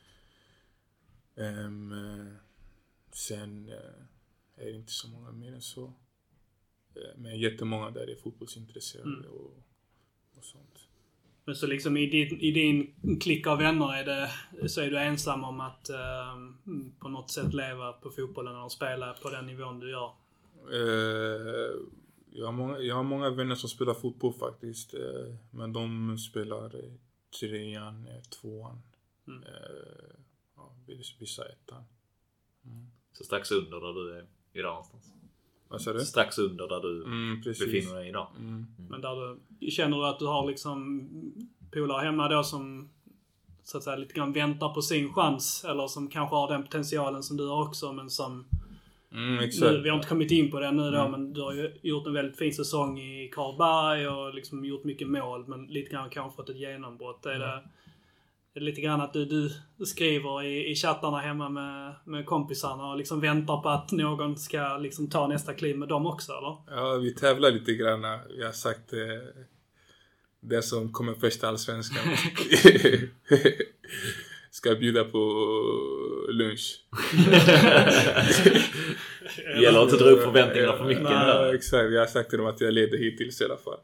Um, sen uh, är det inte så många mer än så. Uh, men jättemånga där är fotbollsintresserade mm. och, och sånt. Men så liksom i din, i din klick av vänner är det, så är du ensam om att uh, på något sätt leva på fotbollen och spela på den nivån du gör? Uh, jag, har många, jag har många vänner som spelar fotboll faktiskt. Uh, men de spelar uh, trean, uh, tvåan. Mm. Uh, ja, vissa ettan. Mm. Så strax under där du är idag någonstans? Vad sa du? Strax under där du mm, befinner dig idag. Mm. Mm. Men där du, känner du att du har liksom polare hemma då som så att säga lite grann väntar på sin chans, eller som kanske har den potentialen som du har också, men som mm, exakt. Nu, vi har inte kommit in på det nu då, mm. men du har ju gjort en väldigt fin säsong i Karlberg och liksom gjort mycket mål, men lite grann kanske fått ett genombrott. Är det, mm. är det lite grann att du, du skriver i, i chattarna hemma med, med kompisarna och liksom väntar på att någon ska liksom ta nästa kliv med dem också, eller? Ja, vi tävlar lite grann. Jag har sagt eh, det som kommer först till Allsvenskan ska bjuda på lunch. Det gäller inte att dra upp förväntningarna för mycket. Nej, exakt. Jag har sagt till dem att jag leder hittills i alla fall.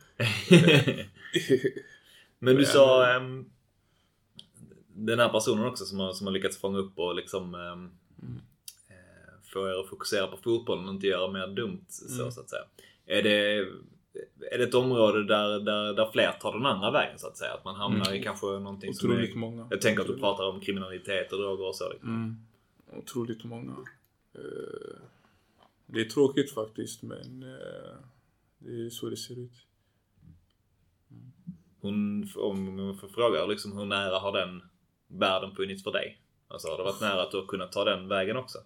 Men du sa um, den här personen också som har, som har lyckats fånga upp och liksom um, mm. få er att fokusera på fotbollen och inte göra mer dumt så, mm. så att säga. Är det, är det ett område där, där, där fler tar den andra vägen så att säga? Att man hamnar mm. i kanske någonting otroligt som är, många. Jag tänker otroligt. Att du pratar om kriminalitet och droger och så. Liksom. Mm. Otroligt många. Uh, det är tråkigt faktiskt, men uh, det är så det ser ut. Mm. Hon, om jag får fråga, liksom, hur nära har den världen funnits för dig? Alltså har det varit nära att du har kunnat ta den vägen också?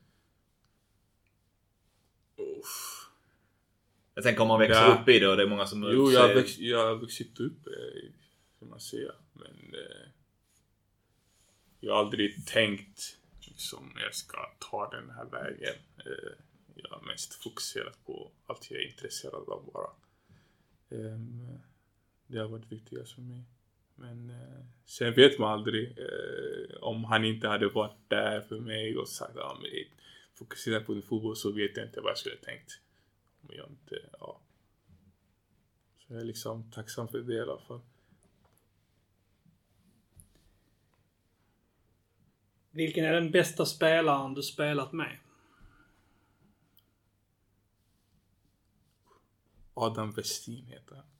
Uff. Jag tänker om man växer ja. upp i det och det är många som... Jo, jag har, växt, jag har vuxit upp, kan man säga. Men eh, jag har aldrig tänkt liksom, jag ska ta den här vägen. Eh, jag har mest fokuserat på allt jag är intresserad av bara. Eh, det har varit viktigast för mig. Men eh, sen vet man aldrig eh, om han inte hade varit där för mig och sagt ja, men fokusera på fotboll, så vet jag inte vad jag skulle tänkt. Men jag inte, ja. Så jag är liksom tacksam för det i alla fall. Vilken är den bästa spelaren du spelat med? Adam Westin heter han.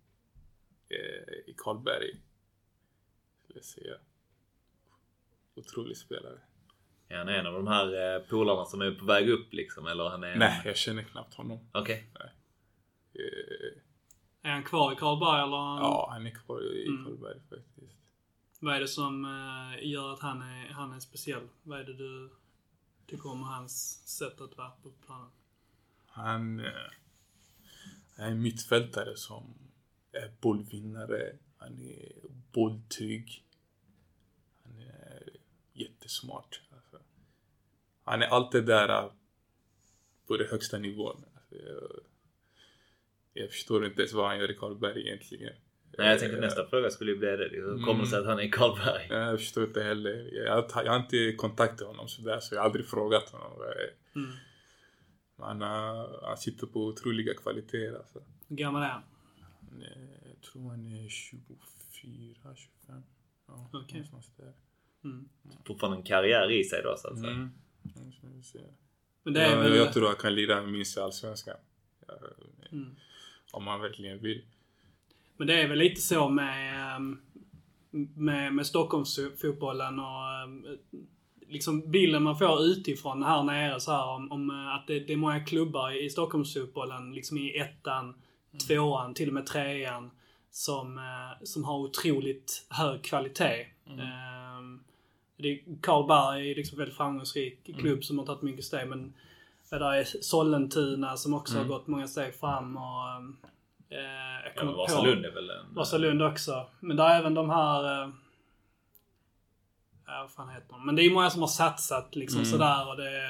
I Karlberg. Skulle jag säga. Otrolig spelare. Ja, han är en av de här eh, polarna som är på väg upp liksom, eller han är... Nej, jag känner knappt honom. Okej. Okay. Eh, är han kvar i Karlberg eller? Han... Ja, han är kvar i mm. Karlberg faktiskt. Vad är det som eh, gör att han är, han är speciell? Vad är det du tycker om hans sätt att vara på planen? Han, eh, han är en mittfältare som är bollvinnare. Han är bolltrygg. Han är jättesmart. Alltså. Han är alltid där på den högsta nivån. Alltså, jag, jag förstår inte ens vad han gör i Karlberg egentligen. Nej, jag tänkte nästa fråga skulle ju bli det. Hur kommer det sig att han är i Karlberg? Jag förstår inte heller. Jag, jag, jag har inte kontaktat honom sådär, så jag har aldrig frågat honom. Mm. Han, han sitter på otroliga kvaliteter. Alltså. Hur gammal är han? Jag tror han är tjugofyra, tjugofem. Ja, okej. Okay. Mm. Fortfarande en karriär i sig då, så att säga. Mm. Men det är ja, väl... Jag tror att han kan lira minst i Allsvenskan. Mm. Om man verkligen vill. Men det är väl lite så med, med, med Stockholmsfotbollen och liksom bilden man får utifrån här nere så här om, om att det, det är många klubbar i Stockholmsfotbollen, liksom i ettan, mm. tvåan, till och med trean, som, som har otroligt hög kvalitet. Mm. Det, Karlberg är liksom väldigt framgångsrik klubb mm. som har tagit mycket steg, men det där är Sollentuna som också mm. har gått många steg fram och eh, ja, Vasalund är väl en... Vasalund också. Men det är även de här eh, ja, vad fan heter de? Men det är ju många som har satsat liksom mm. sådär och det,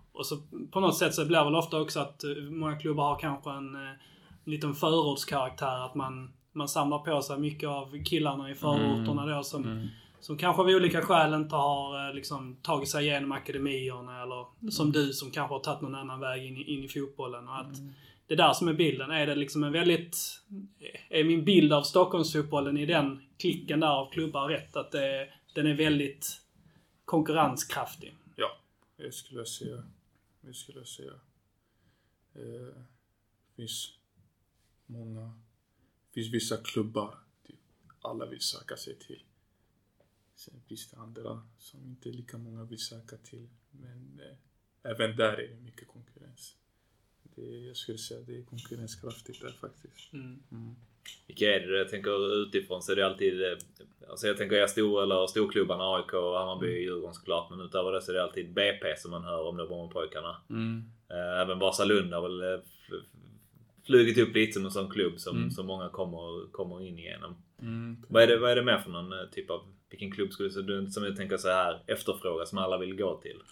och så på något sätt så blir det väl ofta också att många klubbar har kanske en, en liten förortskaraktär. Att man, man samlar på sig mycket av killarna i förorterna mm. då som, mm. som kanske av olika skäl inte har liksom, tagit sig igenom akademierna. Eller mm. som du som kanske har tagit någon annan väg in, in i fotbollen. Och att mm. det där som är bilden. Är det liksom en väldigt... Är min bild av Stockholmsfotbollen i den klicken där av klubbar rätt? Att det, den är väldigt konkurrenskraftig? Ja, det skulle jag säga. Det skulle jag säga. Det finns många... Det finns vissa klubbar typ, alla vill söka sig till. Sen finns det andra som inte lika många vill söka till. Men eh, även där är det mycket konkurrens. Det, jag skulle säga att det är konkurrenskraftigt där faktiskt. Mm. Mm. Vilka är det? Jag tänker utifrån så är det alltid... Alltså jag tänker jag stor eller storklubbarna A I K, Hammarby, mm. Djurgården såklart. Men utöver det så är det alltid B P som man hör om de Brommapojkarna. Mm. Även Vasalund har väl flugit upp lite som en sån klubb som, mm. som många kommer, kommer in igenom. Mm. Vad, är det, vad är det mer för någon typ av... Vilken klubb skulle du, som jag tänker så här efterfråga som alla vill gå till?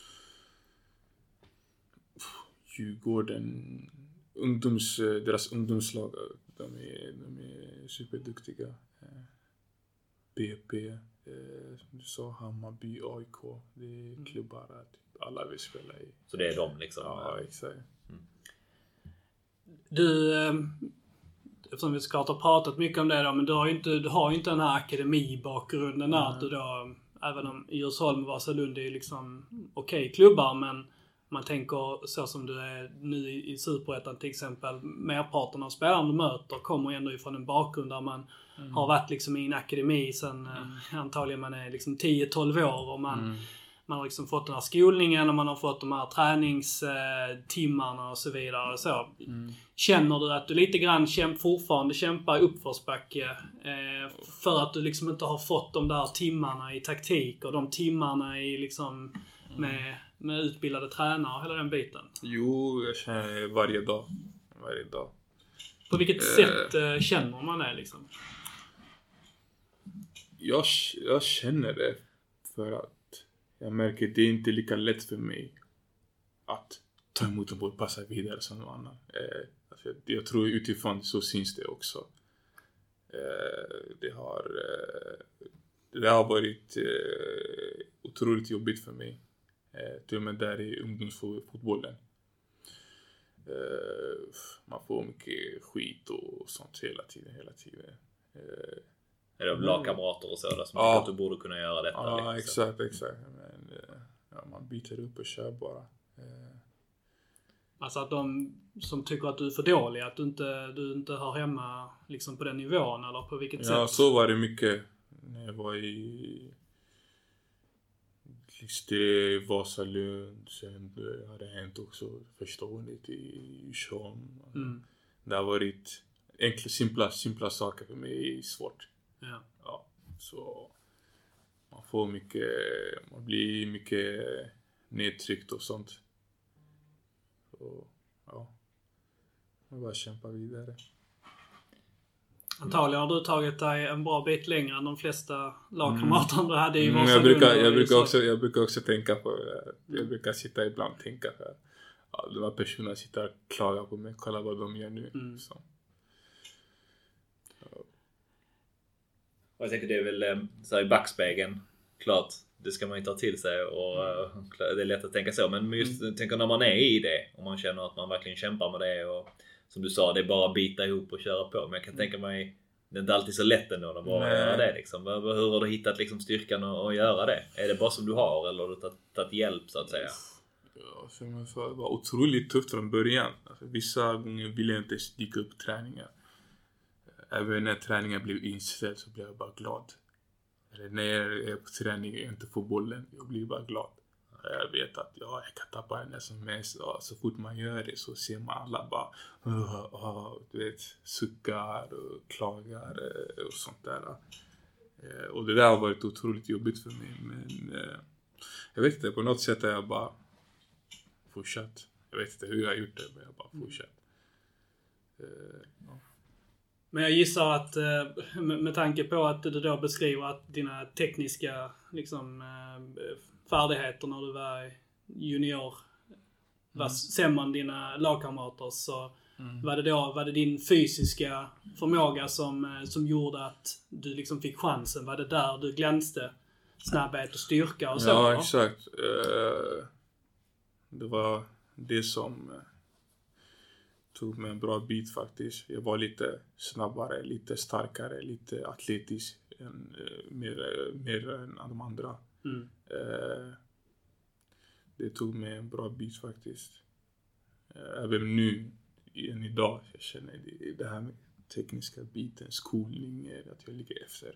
Djurgården, ungdoms, deras ungdomslag, de är, de är superduktiga. B P, som du sa, Hammarby, A I K, det är klubbar att alla vill spela i. Så det är de liksom? Ja, exakt. Mm. Du, eftersom vi ska ha pratat mycket om det då, men du har ju inte, du har ju inte den här akademibakgrunden där, att du då, även om Djursholm och Vasalund är ju liksom okej okay klubbar, men man tänker så som du är nu i, i Superettan till exempel, merparten av spelarna du möter kommer ändå ifrån en bakgrund där man mm. har varit liksom i en akademi sen mm. antagligen man är liksom tio tolv år och man, mm. man har liksom fått den här skolningen och man har fått de här träningstimmarna och så vidare och så. Mm. Känner du att du lite grann kämp, fortfarande kämpar i uppförsbacke eh, för att du liksom inte har fått de där timmarna i taktik och de timmarna i liksom med med utbildade tränare och hela den biten? Jo, jag känner varje dag. Varje dag. På vilket eh, sätt eh, känner man det liksom? Jag, jag känner det för att jag märker att det är inte lika lätt för mig att ta emot en boll och passa vidare som någon annan. Eh, alltså, jag tror utifrån så syns det också. Eh, det har eh, det har varit eh, otroligt jobbigt för mig. Eh, till och med där i ungdomsfotbollen. Eh, man får mycket skit och sånt hela tiden, hela tiden. Eh, är det lagkamrater och sådär som ja. Tycker att du borde kunna göra detta? Ja, liksom. exakt, exakt. Men, eh, ja, man byter upp och kör bara. Eh. Alltså att de som tycker att du är för dålig, att du inte, du inte hör hemma liksom på den nivån, eller på vilket ja, sätt? Ja, så var det mycket när jag var i... Det Vasalund, sen det hade hänt också första året i Djursholm. Mm. Det har varit enkla, simpla, simpla saker för mig är svårt. Ja. Ja, så man får mycket, man blir mycket nedtryckt och sånt. Så ja, man bara kämpa vidare. Antagligen har du tagit dig en bra bit längre än de flesta lagkamrater mm. du hade i mm, jag brukar, jag brukar också Jag brukar också tänka på det. Jag brukar sitta ibland och tänka på ja, de här personerna sitter och klagar på mig. Kolla vad de gör nu. Mm. Så. Ja. Jag tänker det är väl så här i backspegeln. Klart, det ska man ju ta till sig och mm. det är lätt att tänka så. Men just mm. tänker när man är i det och man känner att man verkligen kämpar med det och som du sa, det är bara att bita ihop och köra på. Men jag kan mm. tänka mig, det är inte alltid så lätt ändå att bara göra det. Liksom. Hur har du hittat liksom, styrkan att, att göra det? Är det bara som du har eller har du tagit, tagit hjälp så att säga? Ja, som jag sa, det var otroligt tufft från början. Alltså, vissa gånger ville jag inte sticka upp träningar. Även när träningen blev inställd så blev jag bara glad. Eller när jag är på träning och inte får bollen, jag blir bara glad. Jag vet att ja, jag kan tappa henne som mest. Ja, så fort man gör det så ser man alla bara uh, uh, du vet, suckar och klagar och sånt där. Uh, och det där har varit otroligt jobbigt för mig. Men uh, jag vet inte, på något sätt har jag bara fortsatt. Jag vet inte hur jag har gjort det, men jag bara fortsatt. Uh, ja. Men jag gissar att med tanke på att du då beskriver att dina tekniska liksom färdigheter när du var junior var sämre än dina lagkamrater, så Mm. var det då var det din fysiska förmåga som, som gjorde att du liksom fick chansen? Var det där du glänste? Snabbhet och styrka och så? Ja, va? exakt. Uh, det var det som uh, tog mig en bra bit faktiskt. Jag var lite snabbare, lite starkare, lite atletisk än, uh, mer, uh, mer än de andra. Mm. Uh, det tog mig en bra bit faktiskt. Uh, även nu, än idag, jag känner det, det här med tekniska biten, skolning, att jag ligger efter.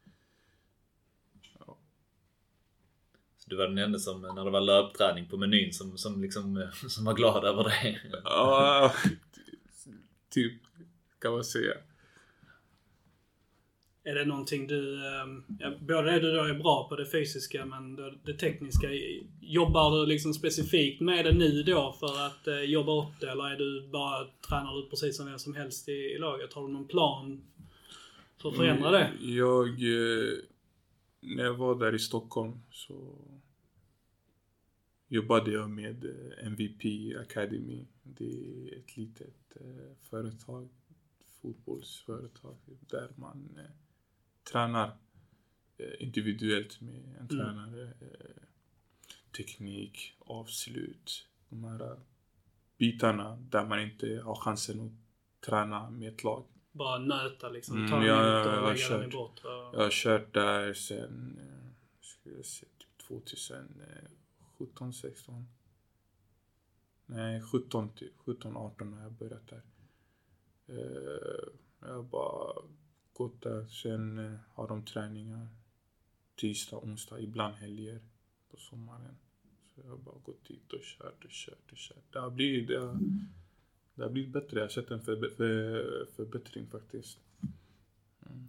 Ja. Så du var den enda som, när det var löpträning på menyn, som, som, liksom, som var glad över det? Ja, typ, kan man säga. Är det någonting du, ja, både det du då är bra på det fysiska, men det, det tekniska, jobbar du liksom specifikt med det nu då för att eh, jobba upp det, eller är du bara, tränar du precis som vem som helst i, i laget? Har du någon plan för att förändra det? Jag, eh, när jag var där i Stockholm så jobbade jag med eh, M V P Academy. Det är ett litet eh, företag, fotbollsföretag, där man eh, tränar eh, individuellt med en Mm. tränare. Eh, teknik, avslut, de här bitarna där man inte har chansen att träna med ett lag. Bara nöta liksom, Mm, ta en jag- minut jag och har lägga den i kört. bort. Och... Jag har kört där sen eh, ska jag se, typ tjugosjutton sexton. Nej, sjutton till sjutton arton har jag börjat där. Eh, jag har bara gått där. Sen eh, har de träningar tisdag, onsdag, ibland helger på sommaren. Så jag har bara gått dit och kört och kört och kört. Det har blivit, det har, det har blivit bättre. Jag har sett en för, för, förbättring faktiskt. Mm.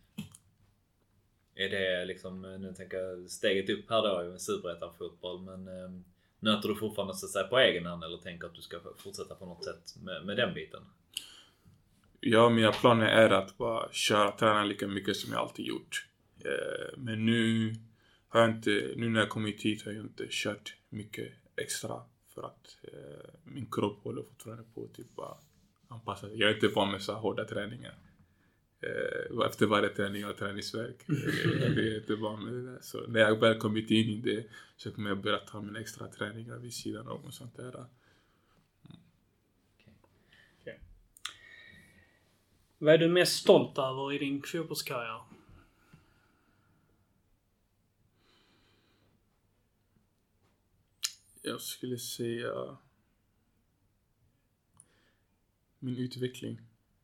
Är det liksom, nu tänker jag steget upp här då i superettan-fotboll, men eh, nöter du fortfarande så att säga på egen hand, eller tänker att du ska fortsätta på något sätt med, med den biten? Ja, mina planer är att bara köra, träna lika mycket som jag alltid gjort. Eh, men nu har jag inte, nu när jag kommit hit har jag inte kört mycket extra för att eh, min kropp håller fortfarande på att typ bara anpassa. Jag är inte van med så här hårda träningar. Eh, efter varje träning har jag träningsvärk. Eh, det är inte van med det där. Så när jag väl kommit in i det så kommer jag börja ta mina extra träningar vid sidan om och sånt där. Vad är du mest stolt över i din fotbollskarriär? Jag skulle säga min utveckling.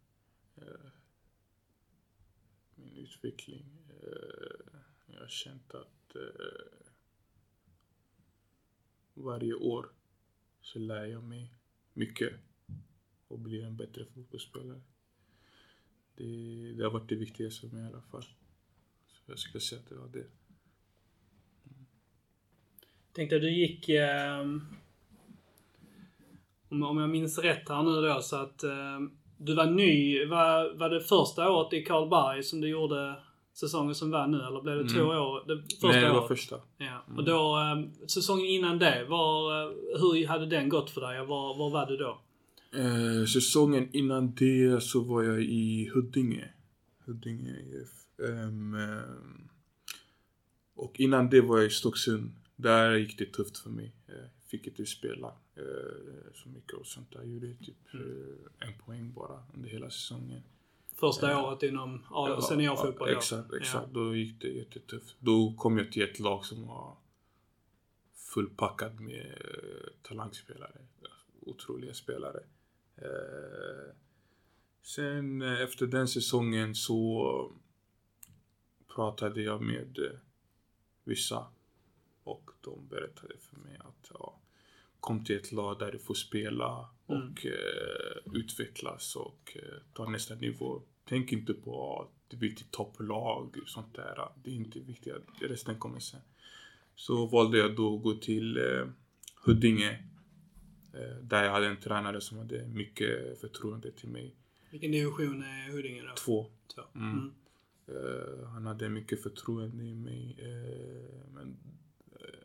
Min utveckling. Jag har känt att varje år så lär jag mig mycket och blir en bättre fotbollsspelare. Det, det har varit det viktigaste för mig i alla fall. Så jag skulle säga att det var det. Tänkte att du gick, eh, om, om jag minns rätt här nu då, så att eh, du var ny, var, var det första året i Karlberg som du gjorde säsongen som var nu, eller blev det mm. två år? Det första Nej, det var året. första. Ja. Mm. Och då, eh, säsongen innan det, var, hur hade den gått för dig? Var, var var du då? Eh, säsongen innan det så var jag i Huddinge. Huddinge I F. Um, um, och innan det var jag i Stocksund. Där gick det tufft för mig. Jag fick inte spela uh, så mycket och sånt där. Jag gjorde typ uh, en poäng bara under hela säsongen. Första uh, året inom ja, seniorfotboll? Ja, exakt, exakt. Ja. Då gick det jättetufft. Då kom jag till ett lag som var fullpackat med uh, talangspelare. Otroliga spelare. Uh, sen uh, efter den säsongen så pratade jag med uh, vissa och de berättade för mig att ja, kom till ett lag där du får spela och mm. uh, utvecklas och uh, ta nästa nivå. Tänk inte på att du vill till topplag och sånt där. Det är inte viktigt, resten kommer sen. Så valde jag då att gå till uh, Huddinge. Där jag hade en tränare som hade mycket förtroende till mig. Vilken division är Huddinge då? Två. Två. Mm. Mm. Uh, han hade mycket förtroende i mig. Uh, men uh,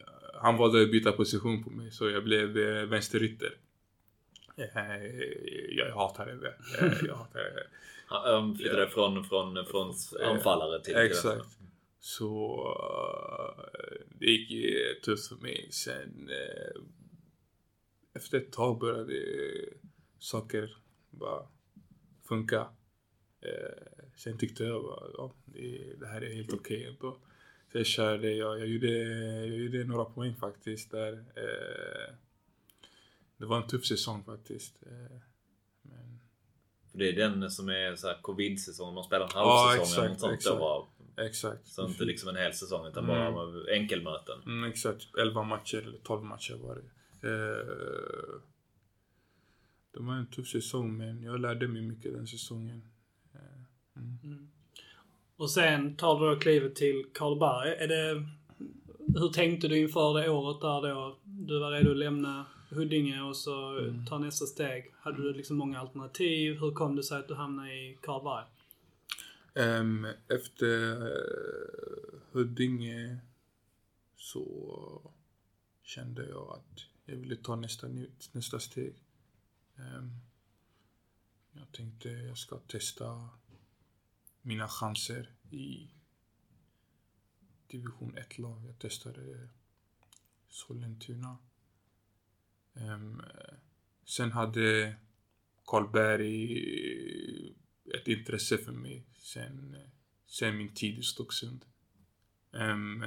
han valde att byta position på mig, så jag blev eh, vänsterytter. Eh, jag hatar det. Eh, jag hatar det. Han flyttade ja. från, från, från anfallare till... Exakt. Till så uh, det gick uh, tufft för mig. Sen uh, efter ett tag började uh, saker bara funka. Uh, sen tyckte jag bara, ja, det, det här är helt okej. Okay. Så jag körde, jag, jag, gjorde, jag gjorde några poäng faktiskt där. Uh, det var en tuff säsong faktiskt. Uh, men... Det är den som är så här covid-säsong, man spelar en halvsäsong. Ja, exakt, sånt exakt. Var, exakt. Så inte liksom en hel säsong utan mm. bara enkelmöten. Mm, exakt, elva matcher eller tolv matcher var det. Uh, det var en tuff säsong, men jag lärde mig mycket den säsongen. Uh, mm. Mm. Och sen tar du då klivet till Karlberg. Är det, hur tänkte du inför det året där då? Du var redo att lämna Huddinge och så mm. ta nästa steg. Hade du liksom många alternativ? Hur kom det sig att du hamnade i Karlberg? Um, efter uh, Huddinge så kände jag att jag ville ta nästa, nästa steg. Um, jag tänkte jag ska testa mina chanser i division ett-lag. Jag testade Sollentuna. Um, sen hade Karlberg ett intresse för mig sen, sen min tid i Stocksund. Um,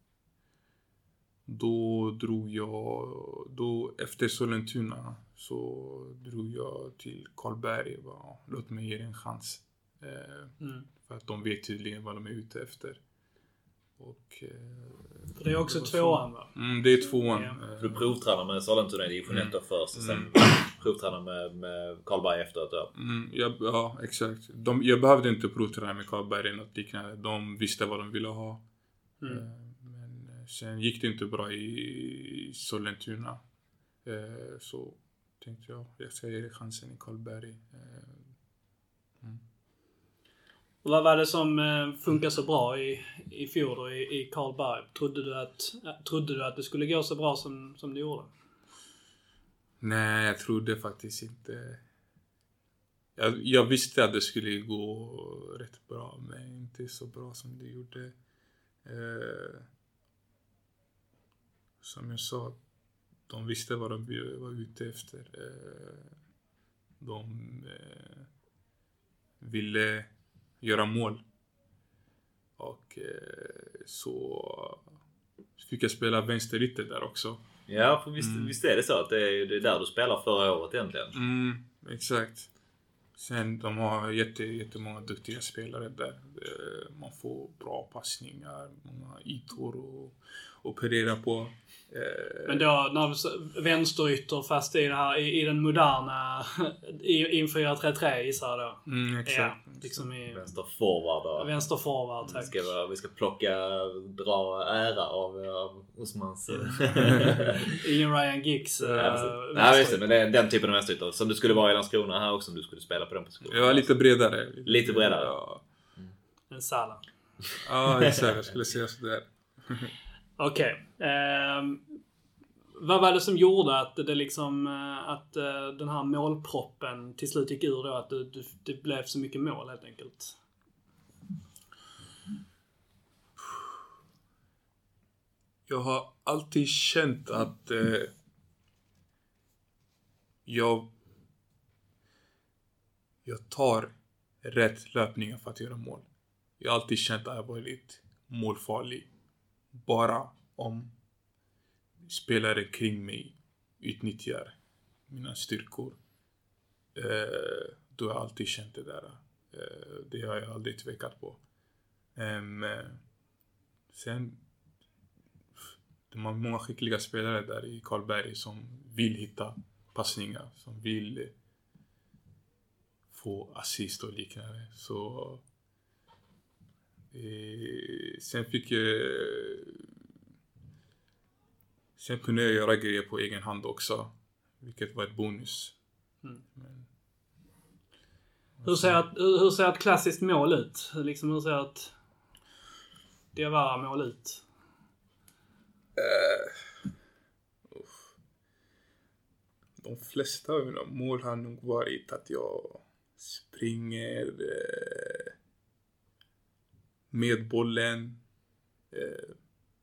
då drog jag, då efter Sollentuna så drog jag till Karlberg och bara, låt mig ge det en chans. Uh, mm. För att de vet tydligen vad de är ute efter. Och, för det är också det tvåan, va? Mm, det är tvåan. Ja. Du provtränar med Sollentuna i division ett först och sen mm. provtränar med, med Karlberg efteråt. Ja, mm, ja, ja exakt. De, jag behövde inte provträna med Karlberg eller något liknande. De visste vad de ville ha. Mm. Uh, men sen gick det inte bra i Sollentuna. Uh, så tänkte jag, jag ska ge det chansen i Karlberg. Uh, mm. Och vad var det som eh, funkar så bra i, i fjol då, i, i Karlberg? Trodde du att, äh, trodde du att det skulle gå så bra som, som det gjorde? Nej, jag trodde faktiskt inte. Jag, jag visste att det skulle gå rätt bra, men inte så bra som det gjorde. Eh, som jag sa, de visste vad de var ute efter. Eh, de eh, ville göra mål. Och eh, så fick jag spela vänsterytter där också. Ja, för visst, mm. visst är det så att det är, det är där du spelar förra året egentligen. Mm, exakt. Sen de har jätte, jättemånga duktiga spelare där. Man får bra passningar, många ytor och operera på. Men då när vänsterytter fast i det här i, i den moderna i, i fyra tre tre gissar jag då. Mm, exakt. Ja, liksom i vänsterforward. Vänsterforward, tack. Vi ska, vi ska plocka dra ära av, av Osmans. Ingen Ryan Giggs. Uh, ja, nej, visst, men det är den typen av vänsterytter som du skulle vara i Landskrona här också om du skulle spela på den positionen. Ja, lite bredare. Lite, lite bredare. Ja. Mm. En Salah. Ja, exakt. Jag skulle säga sådär. Okej. Okay. Eh, vad var det som gjorde att det liksom att eh, den här målproppen till slut gick ur då, att det, det, det blev så mycket mål helt enkelt? Jag har alltid känt att eh, jag jag tar rätt löpningar för att göra mål. Jag har alltid känt att jag varit målfarlig. Bara om spelare kring mig utnyttjar mina styrkor. Eh, då har jag alltid känt det där. Eh, det har jag aldrig tvekat på. Eh, sen det var många skickliga spelare där i Karlberg som vill hitta passningar. Som vill få assist och liknande. Så eh, sen fick jag sen kunde jag göra grejer på egen hand också, vilket var ett bonus. Mm. Men, hur, ser ett, hur ser ett klassiskt mål ut? Liksom, hur ser ett Diawara mål ut? Uh, de flesta av mina mål har nog varit att jag springer eh, med bollen, eh,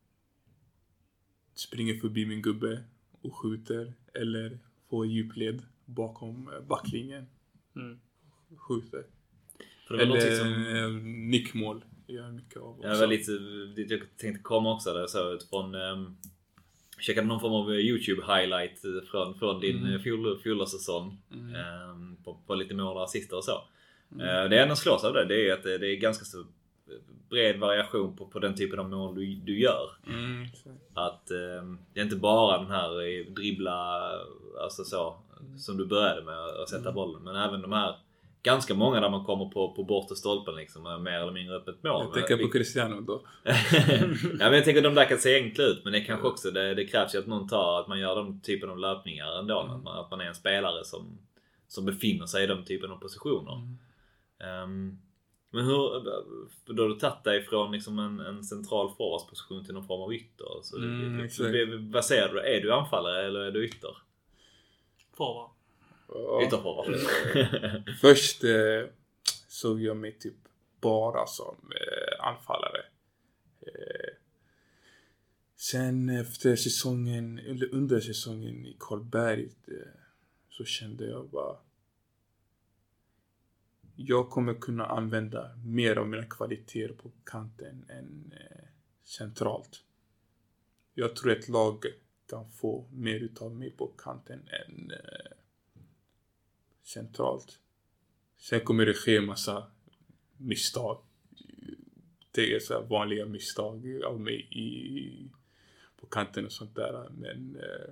springer förbi min gubbe och skjuter, eller får djupled bakom backlinjen. Mm. Skjuter. För det var eller som... eh, nickmål. Jag mycket av Ja, det var lite dit jag tänkte komma också där, så utifrån um, checkade någon form av YouTube highlight från, från din mm. fjol, fjolårssäsong mm. um, på, på lite mål och assister och så. Mm. Uh, det enda slås av det, det är att det, det är ganska så bred variation på, på den typen av mål du, du gör. Mm. Att um, det är inte bara den här dribbla, alltså så, mm. som du började med att sätta mm. bollen, men även de här ganska många där man kommer på, på bortre stolpen liksom, mer eller mindre öppet mål. Jag tänker på Cristiano då. Ja, men jag tänker att de där kan se enkla ut, men det kanske också det, det krävs ju att någon tar, att man gör de typen av löpningar ändå, mm. att, man, att man är en spelare som, som befinner sig i de typen av positioner. Mm. Um, men hur, då har du tagit dig från liksom en, en central forwardsposition till någon form av ytter. Så mm, det, vad säger du? Är du anfallare eller är du ytter? Forward. Ytterforward. Först eh, såg jag mig typ bara som eh, anfallare. Eh, sen efter säsongen, eller under säsongen i Karlberg, eh, så kände jag bara, jag kommer kunna använda mer av mina kvaliteter på kanten än eh, centralt. Jag tror ett lag kan få mer utav mig på kanten än eh, centralt. Sen kommer det ske en massa misstag. Det är så här vanliga misstag av mig i, på kanten och sånt där. Men eh,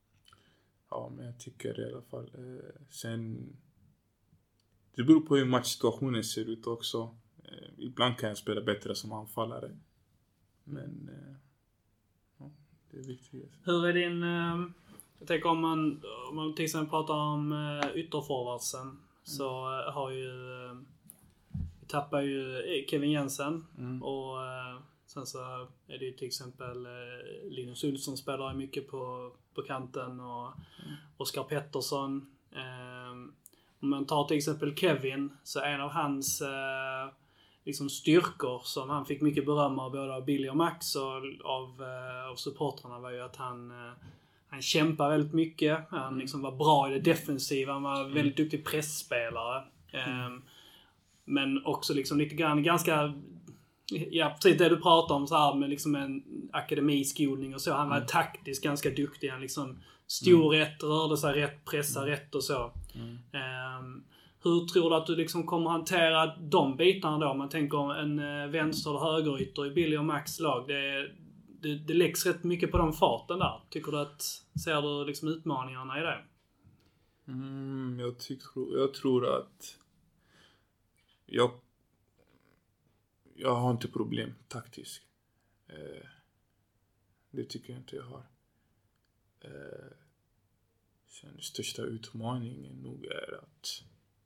ja, men jag tycker i alla fall. Eh, sen det beror på hur matchsituationen ser ut också. Eh, ibland kan jag spela bättre som anfallare. Men eh, ja, det är viktigt. Hur är din... Eh... Jag tänker om man, om man till exempel pratar om uh, ytterforwardsen mm. så uh, har ju uh, vi tappar ju Kevin Jensen mm. och uh, sen så är det ju till exempel uh, Linus Olsson spelar mycket på, på kanten och mm. Oskar Pettersson. Uh, om man tar till exempel Kevin, så en av hans uh, liksom styrkor som han fick mycket beröm av både av Billy och Max och av, uh, av supportrarna var ju att han uh, Han kämpar väldigt mycket. Han liksom var bra i det defensiva. Han var väldigt duktig pressspelare. Mm. Um, men också liksom lite grann ganska... Ja, precis det du pratar om så här med liksom en akademiskolning och så. Han var mm. taktiskt ganska duktig. Han liksom stod mm. rätt, rörde sig rätt, pressade mm. rätt och så. Mm. Um, hur tror du att du liksom kommer hantera de bitarna då? Om man tänker en uh, vänster- eller högerytter i Billy och Max lag. Det är... Det, det läggs rätt mycket på den farten där. Tycker du att, ser du liksom utmaningarna i det? Mm, jag, tycker, jag tror att jag, jag har inte problem taktiskt. Eh, det tycker jag inte jag har. Eh, sen den största utmaningen nog är att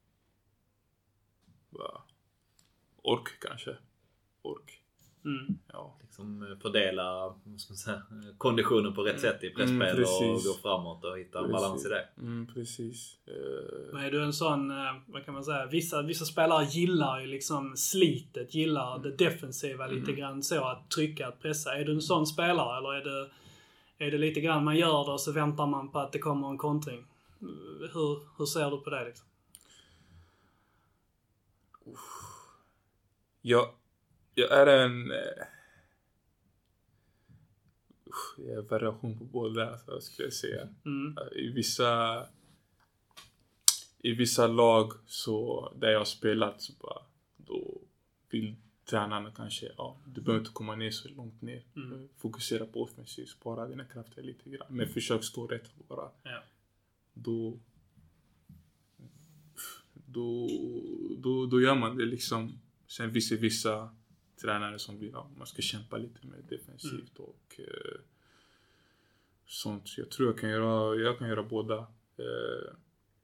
va, ork kanske. Ork. Mm. Ja, liksom fördela, vad ska man säga, konditionen på rätt sätt i pressspel mm, och gå framåt och hitta en precis. balans i det. Mm, precis. Uh... Men är du en sån, vad kan man säga, vissa, vissa spelare gillar ju liksom slitet, gillar mm. det defensiva mm. lite grann så, att trycka, att pressa. Är du en sån spelare eller är det, är det lite grann man gör det och så väntar man på att det kommer en kontring? Hur, hur ser du på det liksom? Ja. Jag är en eh, jag är variation på båda, så skulle jag säga. Mm. I vissa i vissa lag så där jag har spelat så bara, då vill tränarna kanske, ja, du behöver inte komma ner så långt ner. Mm. Fokusera på offensivt, spara dina krafter lite grann. Men försök stå rätt bara. Ja. Då, då, då, då gör man det liksom. Sen finns det vissa tränare som vill, ja, man ska kämpa lite mer defensivt mm. och eh, sånt. Jag tror jag kan göra, jag kan göra båda. Eh,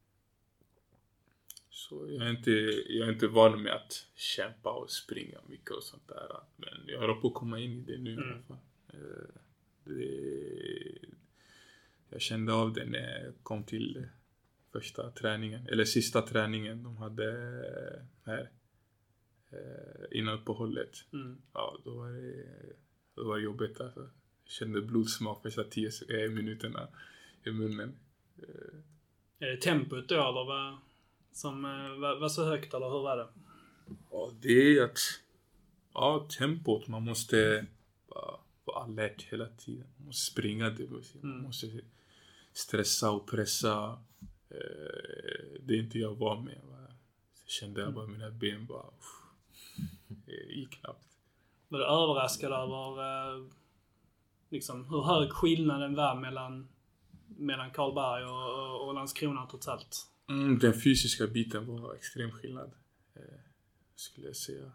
så jag är inte, jag är inte van med att kämpa och springa mycket och sånt där. Men jag håller på att komma in i det nu mm. i alla fall. Eh, det, Jag kände av det när jag kom till första träningen, eller sista träningen de hade här innan uppehållet. Mm. Ja, då var det, då var det jobbigt alltså. Jag kände blodsmak första tio minuterna i munnen. Är det tempot då eller vad som var, var så högt eller hur var det? Ja, det är att ja, tempot, man måste vara alert hela tiden. Man måste springa, det, man mm. måste stressa och pressa. Det är inte jag var med. Så kände jag bara mina ben bara det gick knappt. Var du överraskad över liksom, hur hög skillnaden var mellan mellan Karlberg och, och Landskrona totalt? Mm, den fysiska biten var extrem skillnad. Eh, skulle jag säga.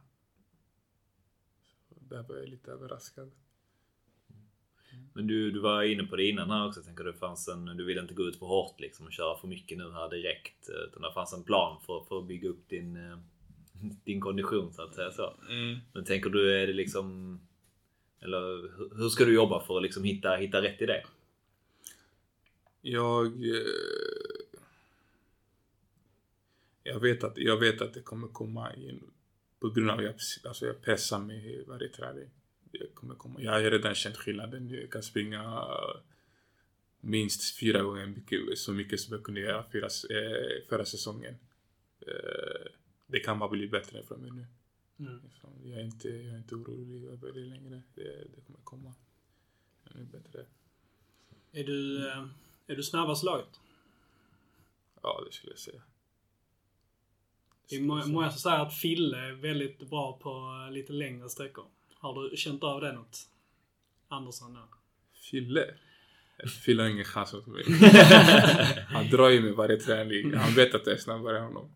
Så där var jag lite överraskad. Mm. Men du, du var inne på det innan här också. Tänker du fanns en, du vill inte gå ut för hårt liksom och köra för mycket nu här direkt. Utan det fanns en plan för, för att bygga upp din, din kondition så att säga så. Mm. Men tänker du, är det liksom... Eller hur ska du jobba för att liksom hitta, hitta rätt i det? Jag... Jag vet att, jag vet att det kommer komma in på grund av att jag, alltså jag pressar mig varje träning. Jag kommer komma. Jag har redan känt skillnaden. Jag kan springa minst fyra gånger mycket, så mycket som jag kunde göra förra, eh, förra säsongen. Eh, det kan bara bli bättre för mig nu. Mm. Jag, är inte, jag är inte orolig över det längre. Det, det kommer komma ännu bättre. Är du, är du snabbast laget? Ja, det skulle jag säga. Det är många som säger att Fille är väldigt bra på lite längre sträckor. Har du känt av det något? Andersson då? Fille? Fille har ingen chans åt mig. Han drar ju med varje träning. Han vet att det är snabbare än honom.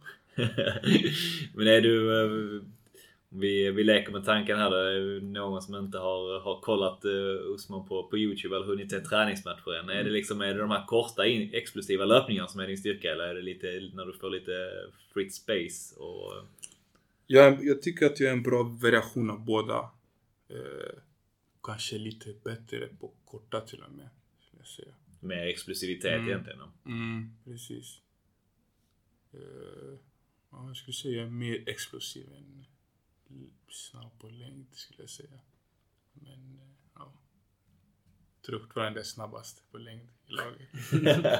Men är du... Vi, vi leker med tanken här. Det är någon som inte har, har kollat uh, Usman på, på YouTube eller hunnit se träningsmatcher än. Mm. Är det liksom är det de här korta in, explosiva löpningarna som är din styrka? Eller är det lite när du får lite free space? Och... Jag, jag tycker att jag är en bra variation av båda. Eh, kanske lite bättre på korta till och med. Skulle jag säga. Med explosivitet mm. egentligen. Mm, precis. Eh, ja, jag skulle säga mer explosiv än snabb på längd skulle jag säga. Men ja, tror fortfarande är snabbast på längd i laget.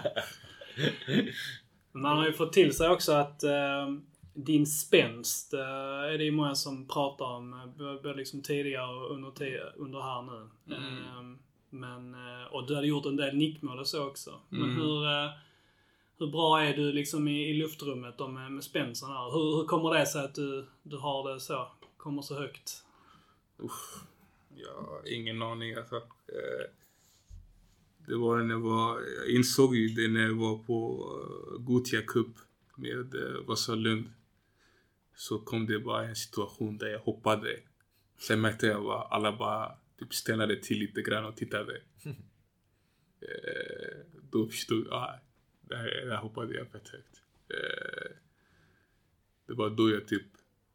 Man har ju fått till sig också att eh, din spänst eh, är det ju många som pratar om både liksom tidigare och under, t- under här nu. Mm. Eh, men, och du hade gjort en del nickmål och så också. Men mm. hur, eh, hur bra är du liksom i, i luftrummet och med, med spänsten här? Hur, hur kommer det sig att du, du har det så? Kommer så högt? Uff, ja, ingen aning alltså. Eh, det var när jag var, jag insåg ju det när jag var på uh, Gothia Cup med uh, Vasalund. Så kom det bara en situation där jag hoppade. Sen märkte jag att alla bara typ ställde till lite grann och tittade. eh, då förstod jag, ah, där, där hoppade jag fett högt. Eh, det var då jag typ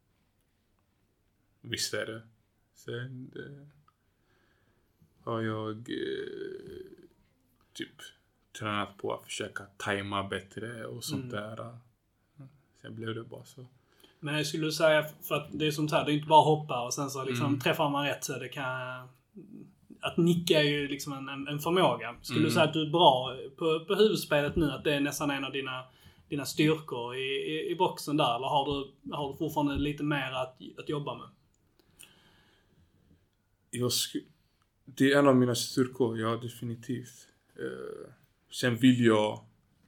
visste det. Sen eh, har jag eh, typ tränat på att försöka tajma bättre och sånt mm. där. Sen blev det bara så. Men jag skulle säga, för att det är sånt här, det är inte bara hoppa och sen så liksom mm. träffar man rätt så det kan... Att nicka är ju liksom en, en, en förmåga. Skulle mm. du säga att du är bra på, på huvudspelet nu, att det är nästan en av dina, dina styrkor i, i, i boxen där? Eller har du, har du fortfarande lite mer att, att jobba med? Jag sk- det är en av mina styrkor, ja definitivt. Uh, sen vill jag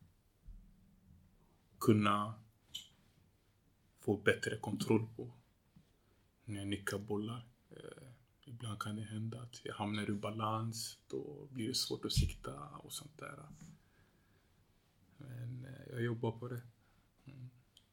kunna få bättre kontroll på när jag nickar bollar. Uh, ibland kan det hända att jag hamnar ur balans, då blir det svårt att sikta och sånt där. Men uh, jag jobbar på det. Mm.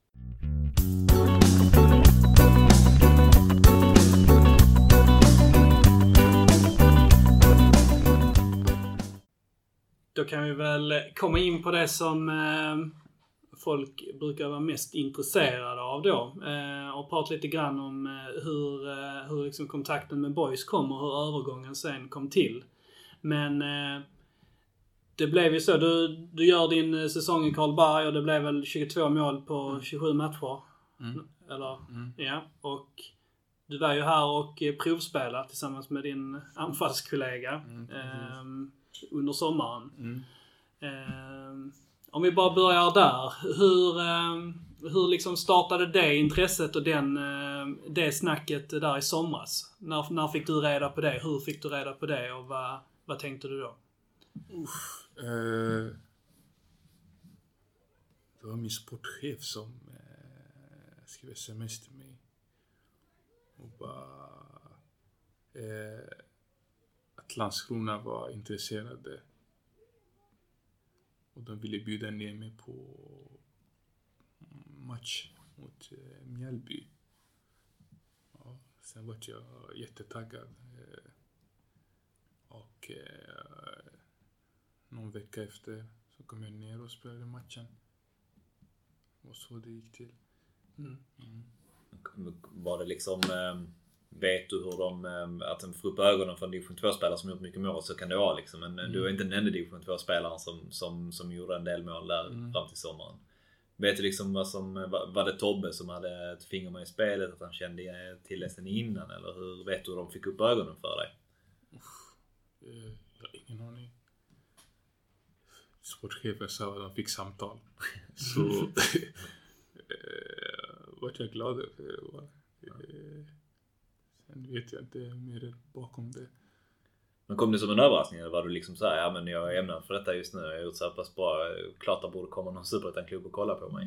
Då kan vi väl komma in på det som eh, folk brukar vara mest intresserade av då. Eh, och prata lite grann om eh, hur, eh, hur liksom kontakten med Boys kom och hur övergången sen kom till. Men eh, det blev ju så. Du, du gör din säsong i Karlberg och det blev väl tjugotvå mål på mm. tjugosju matcher. Mm. Eller, mm. ja. Och du var ju här och provspelade tillsammans med din anfallskollega mm. eh, under sommaren. Mm. Eh, om vi bara börjar där. Hur, eh, hur liksom startade det intresset och den, eh, det snacket där i somras? När, när fick du reda på det? Hur fick du reda på det? Och vad, vad tänkte du då? Uff, eh, det var min sportchef som eh, skrev sms till mig. Och bara eh, att Landskrona var intresserade. Och de ville bjuda ner mig på match mot eh, Mjällby. Ja, sen var jag jättetaggad. Eh, och eh, någon vecka efter så kom jag ner och spelade matchen. Och så det gick till. Mm. Mm. Var det liksom, vet du hur de, att de får upp ögonen för en division två-spelare som gjort mycket mål, så kan det vara liksom. Men mm. du är inte den enda division två-spelaren som, som, som gjorde en del mål där mm. fram till sommaren. Vet du liksom vad som, var det Tobbe som hade ett finger med i spelet, att han kände till det sen innan, eller hur vet du hur de fick upp ögonen för dig? Uff, jag har ingen aning. Sportchefen sa att de fick samtal. Så vart jag glad för det. Sen vet jag inte mer bakom det. Men kom det som en överraskning, eller var du liksom så här, ja men jag ämnar för detta just nu, jag har gjort så här pass bra, klart det borde komma någon superettan-klubb och kolla på mig?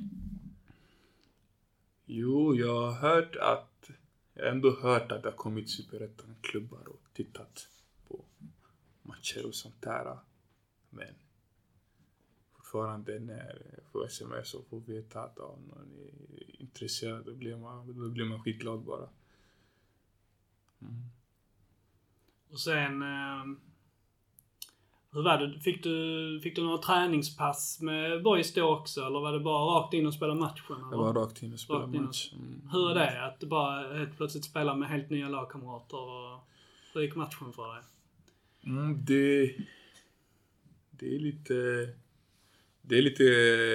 Jo, jag har hört att, jag har ändå hört att det har kommit superettan-klubbar och tittat på matcher och sånt där. Men fortfarande när jag får sms och får veta att ja, någon är intresserad, då blir man, då blir man skitglad bara. Mm. Och sen, eh, hur var det? Fick du, fick du några träningspass med boys då också? Eller var det bara rakt in och spela matchen? Eller? Det var rakt in och spela rakt in och... match. Mm. Hur är det? Att du bara helt plötsligt spelar med helt nya lagkamrater? Och hur gick matchen för dig? Mm, det, det är lite... Det är lite...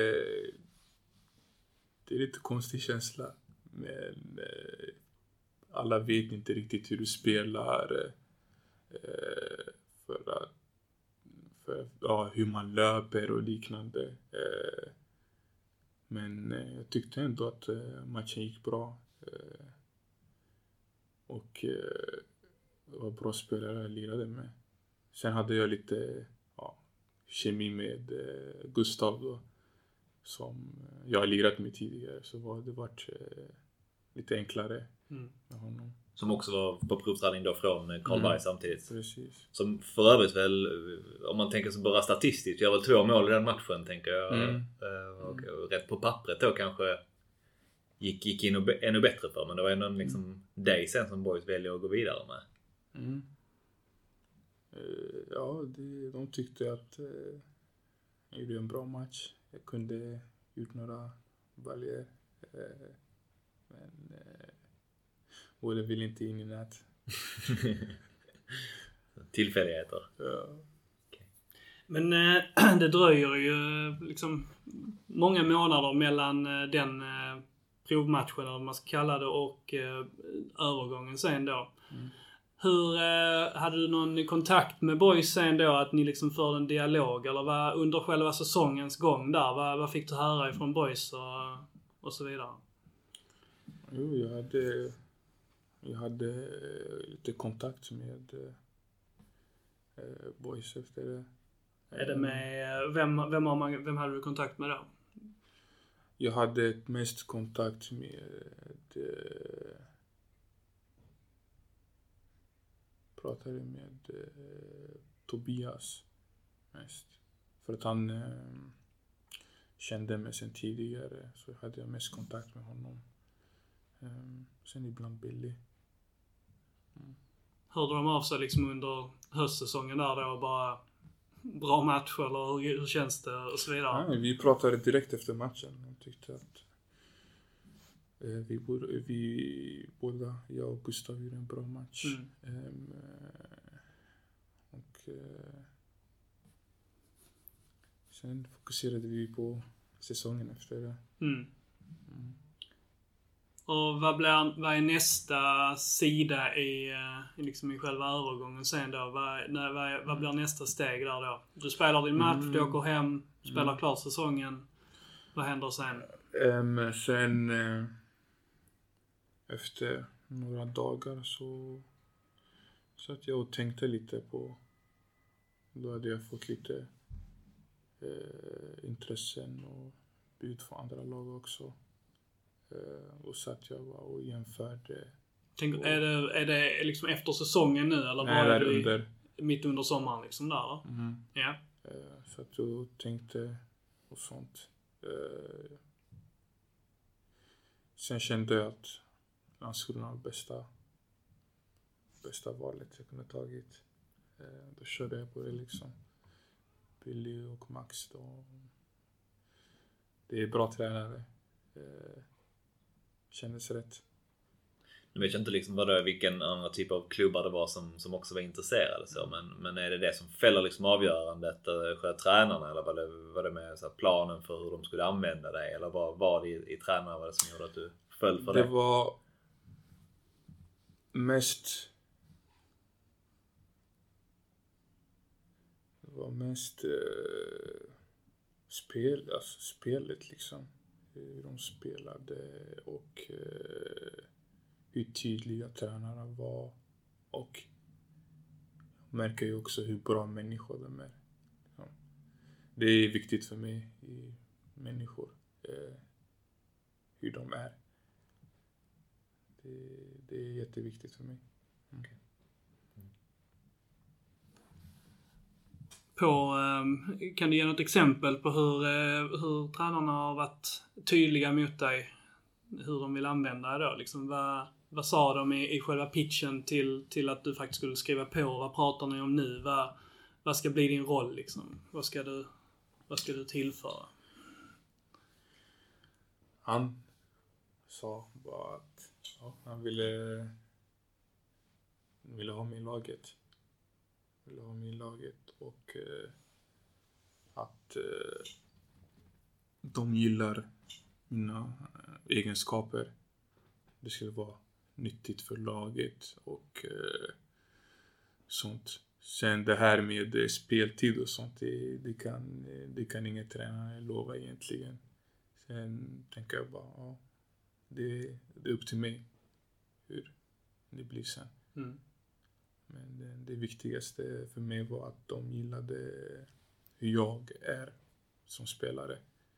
Det är lite konstig känsla. Men eh, alla vet inte riktigt hur du spelar. Eh, för att... För ja, hur man löper och liknande. Eh, men eh, jag tyckte ändå att eh, matchen gick bra. Eh, och eh, det var bra spelare jag lirade med. Sen hade jag lite... kemi med eh, Gustav då, som jag har lirat med tidigare, så var det varit eh, lite enklare mm. med honom. Som också var på provträning då från Karlberg mm. samtidigt. Precis. Som för övrigt väl, om man tänker så bara statistiskt, jag var två mål i den matchen tänker jag. Mm. Och, och rätt på pappret då kanske gick, gick in och ännu bättre för, men det var ändå liksom mm. dig sen som boys väljer att gå vidare med. Mm. Ja, det, de tyckte att eh, jag gjorde en bra match. Jag kunde gjort några baljer. Eh, men eh, båda ville inte in i nät. Tillfälligheter. Ja. Okay. Men eh, det dröjer ju liksom många månader mellan eh, den eh, provmatchen, eller vad man ska kalla det, och eh, övergången sen då. Mm. Hur, eh, hade du någon kontakt med boys sen då, att ni liksom förde en dialog, eller vad, under själva säsongens gång där, vad, vad fick du höra ifrån boys och, och så vidare? Jo, jag hade, jag hade lite kontakt med eh, boys efter det. Är det med, vem, vem, har man, vem hade du kontakt med då? Jag hade mest kontakt med eh, pratade med eh, Tobias mest. För att han eh, kände mig sen tidigare, så hade jag mest kontakt med honom. Eh, sen ibland Billy. Mm. Hörde de av sig liksom under höstsäsongen där då, bara bra match, eller hur, hur känns det och så vidare? Ja, vi pratade direkt efter matchen. Jag tyckte att eh, vi, borde, vi båda, jag och Gustav, gjorde en bra match. Mm. Um, och uh, sen fokuserade vi på säsongen efter det. Mm. Mm. Och vad, blir, vad är nästa sida i, liksom i själva övergången sen då? Vad, när, vad, vad blir nästa steg där då? Du spelar din match, mm. du åker hem, spelar mm. klart säsongen. Vad händer sen? Um, sen uh, efter några dagar så satt jag och tänkte lite på, då hade jag fått lite uh, intressen och bud från andra lag också. Uh, och satt jag och jämförde. Tänk, och, är det, är det liksom efter säsongen nu eller nej, var är du under. mitt under sommaren liksom där? Mm. Ja. Uh, satt jag och tänkte och sånt. Uh, sen kände jag att Landskrona var bästa bästa valet jag kunde tagit. Uh, då körde jag på det liksom. Billy och Max då. Det är bra tränare. Uh, kändes rätt. Nu vet jag inte liksom vad det är, vilken annan typ av klubbar det var som, som också var intresserade så, men, men är det det som fäller liksom avgörandet, själva tränarna, eller var det, var det med så här planen för hur de skulle använda det, eller vad var det i, i tränarna var det som gjorde att du föll för det? Det var mest det var mest uh, spel, alltså spelet liksom. Hur de spelade och uh, hur tydliga tränarna var, och jag märker ju också hur bra människor de är. Ja. Det är viktigt för mig i människor, uh, hur de är. Det, det är jätteviktigt för mig. Mm. Okay. Mm. På, kan du ge något exempel på hur, hur tränarna har varit tydliga mot dig? Hur de vill använda det då? Liksom, vad, vad sa de i, i själva pitchen till, till att du faktiskt skulle skriva på? Vad pratar ni om nu? Vad, vad ska bli din roll liksom? Vad ska du, vad ska du tillföra? Han sa bara att ja, han ville, ville ha mig i laget. Ville ha mig i laget och eh, att eh, de gillar mina eh, egenskaper. Det skulle vara nyttigt för laget och eh, sånt. Sen det här med eh, speltid och sånt, det, det, kan, det kan ingen tränare lova egentligen. Sen tänker jag bara, ja, det, det är upp till mig hur det blir sen. Mm. Men det, det viktigaste för mig var att de gillade hur jag är som spelare.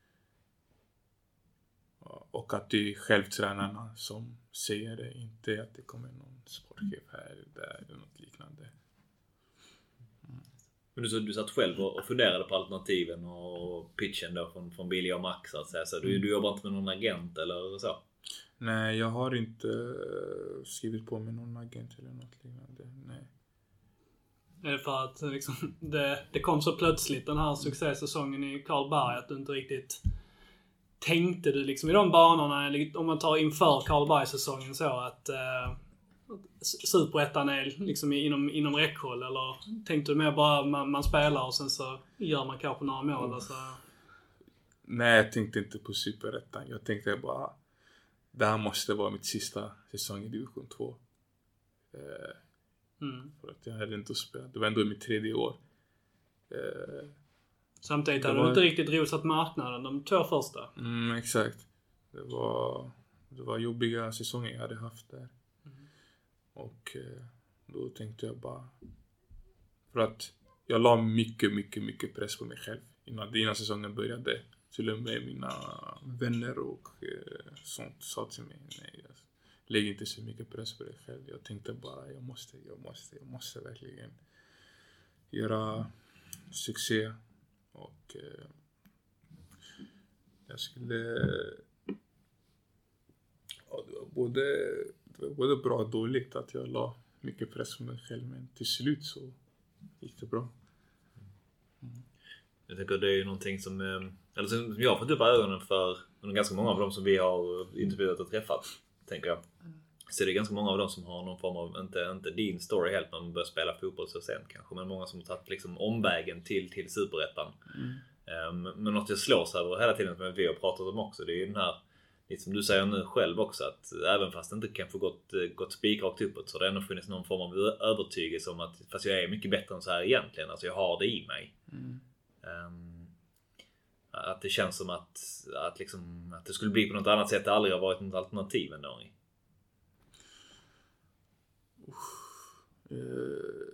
Och att det är självtränarna som säger det, inte att det kommer någon sportchef här där eller något liknande. Mm. Men du, du satt själv och funderade på alternativen och pitchen då från, från Billy och Max så att säga. Så du, du jobbar inte med någon agent eller så? Nej, jag har inte skrivit på med någon agent eller något liknande. Nej. Är det för att liksom, det, det kom så plötsligt den här succésäsongen i Karlberg att du inte riktigt tänkte du liksom i de banorna, om man tar inför Karlberg-säsongen så att eh, Superettan är liksom inom, inom räckhåll, eller tänkte du mer bara man, man spelar och sen så gör man kanske några mål? Mm. Alltså. Nej, jag tänkte inte på Superettan. Jag tänkte bara det här måste vara mitt sista säsong i division två. Eh, mm. För att jag hade inte spelat. Det var ändå mitt tredje år. Eh, Samtidigt hade var... du inte riktigt rosat marknaden de två första. Mm, exakt. Det var, det var jobbiga säsonger jag hade haft där. Mm. Och eh, då tänkte jag bara... För att jag la mycket, mycket, mycket press på mig själv. Innan, innan säsongen började. Till och med mina vänner och eh, sånt sa till mig, nej, alltså, lägg inte så mycket press på dig själv. Jag tänkte bara, jag måste, jag måste, jag måste verkligen göra succé. Och eh, jag skulle, ja, det var både, det var både bra och dåligt att jag la mycket press på mig själv. Men till slut så gick det bra. Mm. Jag tänker det är ju någonting som, eller som jag har fått upp ögonen för ganska många av dem som vi har intervjuat och träffat, tänker jag. Så det är ganska många av dem som har någon form av, inte, inte din story helt, man börjar spela fotboll så sent kanske, men många som har tagit liksom omvägen till, till Superettan. Mm. Men något jag slås över hela tiden som vi har pratat om också, det är ju den här, lite som du säger nu själv också, att även fast det inte kan få gått, gått spikrakt uppåt, så det har ändå funnits någon form av övertygelse om att fast jag är mycket bättre än så här egentligen, alltså jag har det i mig. Mm. Um, att det känns som att, att, liksom, att det skulle bli på något annat sätt, det aldrig har varit något alternativ ändå. Uh,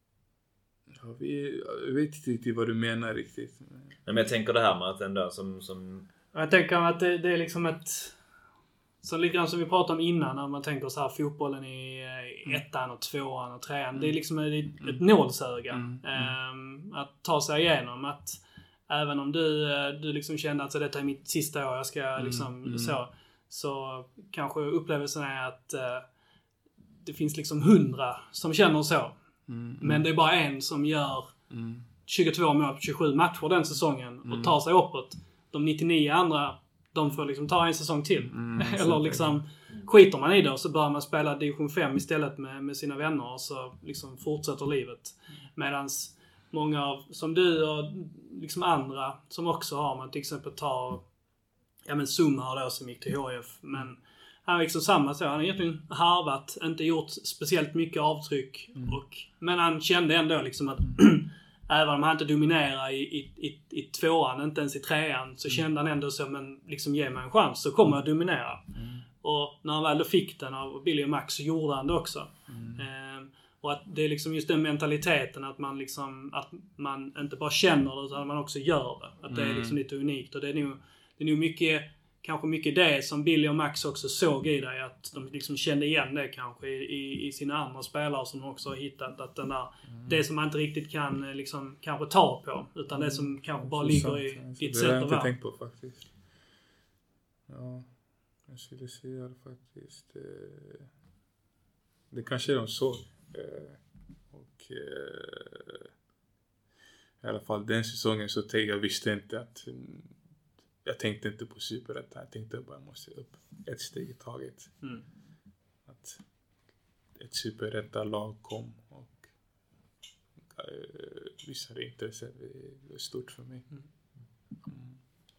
ja, vi, jag vet inte riktigt vad du menar riktigt. Men jag tänker det här med att ändå som... som... Jag tänker att det, det är liksom ett... Så lite grann som vi pratade om innan, när man tänker så här, fotbollen i ettan och tvåan och trean. Mm. Det är liksom ett, ett nålsöga. Mm. Mm. Att ta sig igenom. Att även om du, du liksom känner att så detta är mitt sista år, jag ska mm. liksom mm. så. Så kanske upplevelsen är att uh, det finns liksom hundra som känner så. Mm. Men det är bara en som gör mm. tjugotvå mål på tjugosju matcher den säsongen mm. och tar sig uppåt. De nittionio andra, de får liksom ta en säsong till. Mm, Eller liksom skiter man i det och så börjar man spela division fem istället med, med sina vänner och så liksom fortsätter livet. Medans många av, som du och liksom andra som också har, man till exempel tar, ja men Zuma har då som gick till H F, men han är liksom samma så. Han har egentligen harvat, inte gjort speciellt mycket avtryck. Mm. Och, men han kände ändå liksom att även om han inte dominerar i, i, i, i tvåan, inte ens i trean, så mm. kände han ändå så, men liksom ge mig en chans så kommer jag dominera. Mm. Och när han väl fick den av Billy och Max så gjorde han det också. Mm. Ehm, och att det är liksom just den mentaliteten att man liksom, att man inte bara känner det utan man också gör det. Att det är liksom lite unikt. Och det är nog, det är nog mycket, kanske mycket det som Billy och Max också såg i dig, att de liksom kände igen det kanske i, i, i sina andra spelare som de också har hittat, att den där, mm. det som man inte riktigt kan liksom kanske ta på, utan det som kanske bara mm. ligger i sant. ditt det sätt att vara. Det har jag inte tänkt på faktiskt. Ja, jag skulle säga det faktiskt. Eh, det kanske de såg. Eh, och eh, i alla fall den säsongen så tänkte jag visste inte att jag tänkte inte på superettan. Jag tänkte bara jag måste upp ett steg i taget. Mm. Att ett superetta-lag kom och äh, visade intresse. Det är stort för mig. Mm. Mm.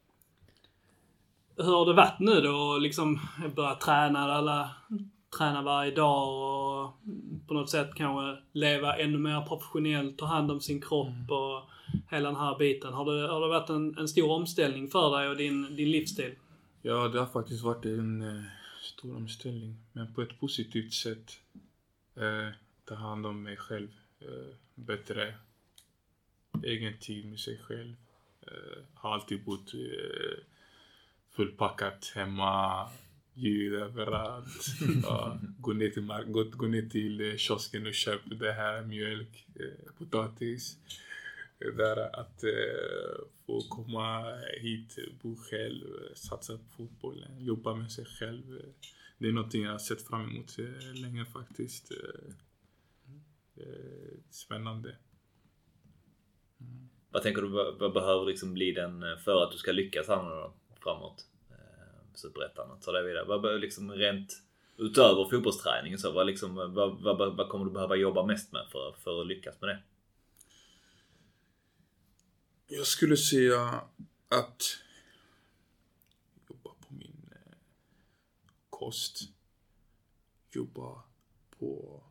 Hur har det varit nu då? Liksom börja träna alla, träna varje dag och på något sätt kanske leva ännu mer professionellt, ta hand om sin kropp mm. och hela den här biten. Har det, har det varit en, en stor omställning för dig och din, din livsstil? Ja, det har faktiskt varit en eh, stor omställning. Men på ett positivt sätt. Eh, ta hand om mig själv. Eh, bättre. Egen tid med sig själv. Eh, har alltid bott eh, fullpackat hemma. Ljud överallt. Ja, gå ner till, mark- gå, gå ner till eh, kiosken och köp det här. Mjölk, eh, potatis. Där att eh, få komma hit, bo själv, satsa på fotbollen, jobba med sig själv. Det är någonting jag har sett fram emot eh, länge faktiskt. Eh, eh, spännande. Mm. Vad tänker du, vad behöver liksom bli den för att du ska lyckas här då, framåt? Eh, Superettan och så där vidare. Vad behöver liksom rent utöver fotbollsträningen så vad, liksom, vad, vad, vad kommer du behöva jobba mest med för, för att lyckas med det? Jag skulle säga att jobba på min eh, kost, jobba på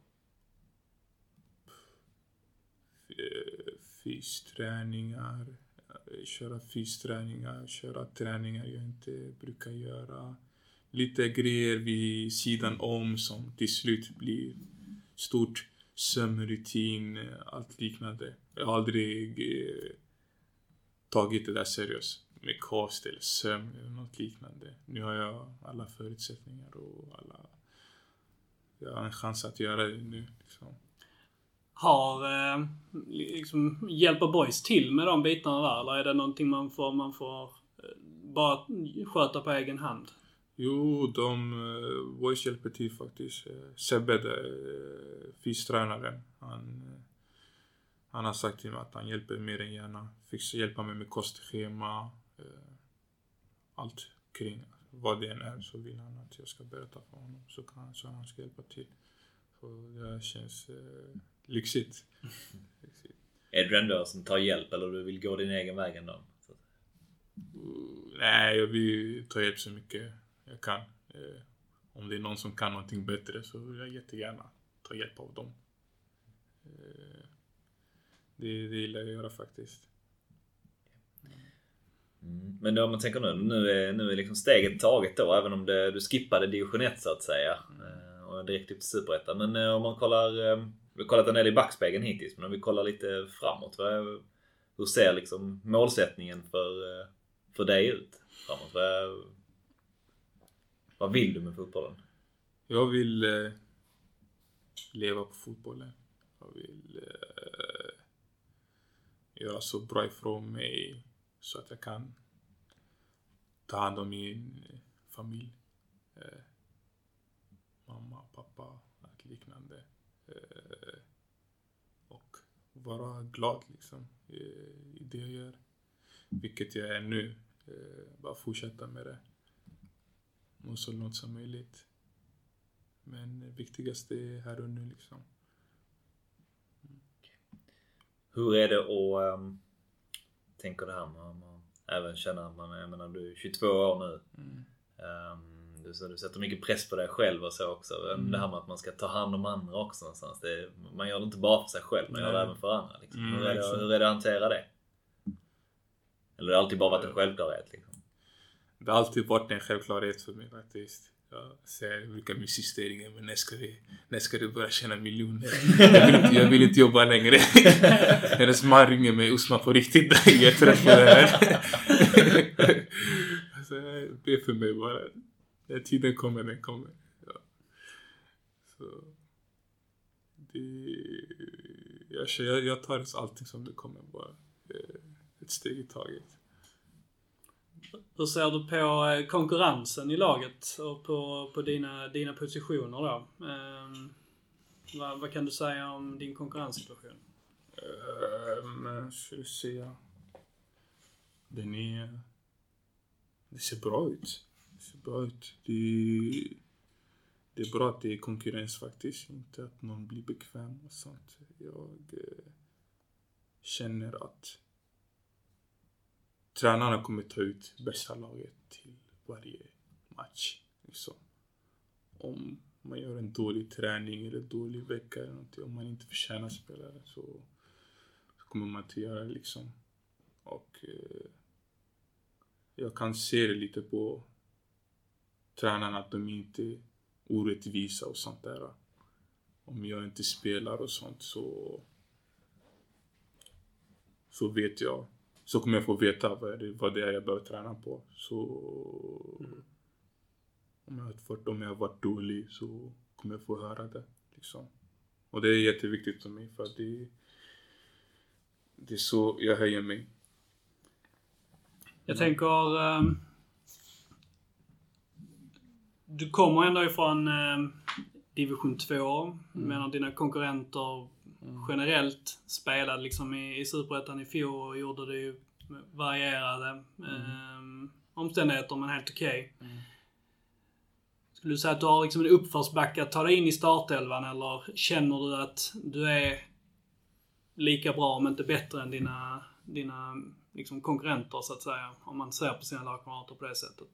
eh, fysträningar, köra fysträningar, köra träningar jag inte brukar göra. Lite grejer vid sidan om som till slut blir stort, sömnrutin, allt liknande. Jag har aldrig eh, tagit det där seriöst med kost eller sömn eller något liknande. Nu har jag alla förutsättningar och alla, jag har en chans att göra det nu. Liksom. Har eh, liksom, hjälper boys till med de bitarna där? Eller är det någonting man får, man får eh, bara sköta på egen hand? Jo, de uh, boys hjälper till faktiskt. Sebbe, uh, fystränaren, han, uh, han har sagt till mig att han hjälper mer än gärna. Fick hjälpa mig med kostschema, uh, allt kring vad det än är, så vill han att jag ska berätta för honom. Så kan han, så han ska hjälpa till. Så det känns uh, lyxigt. lyxigt. Är du ändå som tar hjälp eller du vill gå din egen väg ändå? Så. Nej, jag vill ta hjälp så mycket jag kan. Eh, om det är någon som kan någonting bättre så vill jag jättegärna ta hjälp av dem. Eh, det, det gillar jag att göra faktiskt. Mm. Men då, om man tänker nu, nu är, nu är liksom steget taget då, även om det, du skippade division ett så att säga. Mm. Och direkt upp till Superettan. Men eh, om man kollar, eh, vi har kollat en del i backspegeln hittills, men om vi kollar lite framåt, vad, hur ser liksom målsättningen för, för dig ut framåt? Vad, vad vill du med fotbollen? Jag vill eh, leva på fotbollen. Jag vill eh, göra så bra ifrån mig så att jag kan ta hand om min familj. Eh, mamma, pappa, allt liknande. Eh, och vara glad liksom i, i det jag gör. Vilket jag är nu. Eh, bara fortsätta med det. Och så långt som möjligt. Men det viktigaste är här och nu liksom. Mm. Hur är det att um, tänka det här med att även känna att man, jag menar, du är tjugotvå år nu. Mm. Um, du, så du sätter mycket press på dig själv och så också. Mm. Det här med att man ska ta hand om andra också någonstans. Det, man gör det inte bara för sig själv, man gör det även för andra. Liksom. Mm, hur, är det, hur är det att hantera det? Eller har det alltid bara varit en självklarhet? Liksom? Det har alltid varit en självklarhet för mig faktiskt. Jag säger, jag brukar min syster ringa, men när ska, vi, när ska du börja tjäna miljoner? Jag vill inte, jag vill inte jobba längre. Hennes man ringer mig, Usman på riktigt, jag är trött på det här. Alltså, det är för mig bara. När tiden kommer, den kommer. Ja. Så, det, jag, jag, jag tar allting som det kommer, bara ett steg i taget. Hur ser du på konkurrensen i laget och på, på dina, dina positioner då? Um, vad, vad kan du säga om din konkurrenssituation? Um, ska vi se. Den är... Det ser bra ut. Det ser bra ut. Det, det är bra att det är konkurrens faktiskt. Inte att någon blir bekväm och sånt. Jag eh, känner att tränarna kommer ta ut bästa laget till varje match. Liksom. Om man gör en dålig träning eller dålig vecka eller någonting, om man inte förtjänar spelare så, så kommer man inte göra det liksom. Och eh, jag kan se det lite på tränarna att de inte är orättvisa och sånt där. Om jag inte spelar och sånt så så vet jag. Så kommer jag få veta vad det, vad det är jag behöver träna på. Så mm. om, jag har varit, om jag har varit dålig så kommer jag få höra det. Liksom. Och det är jätteviktigt för mig. För det, det är så jag höjer mig. Jag tänker... Um, du kommer ändå ifrån um, division två. Mm. Medan dina konkurrenter... Mm. generellt spelade liksom i, i Superettan i fjol och gjorde det ju varierade mm. eh, omständigheter, men helt okej. Okay. Mm. Skulle du säga att du har liksom en uppförsbacke att ta dig in i startelvan, eller känner du att du är lika bra om inte bättre än dina, dina liksom konkurrenter så att säga, om man ser på sina lagkamrater på det sättet?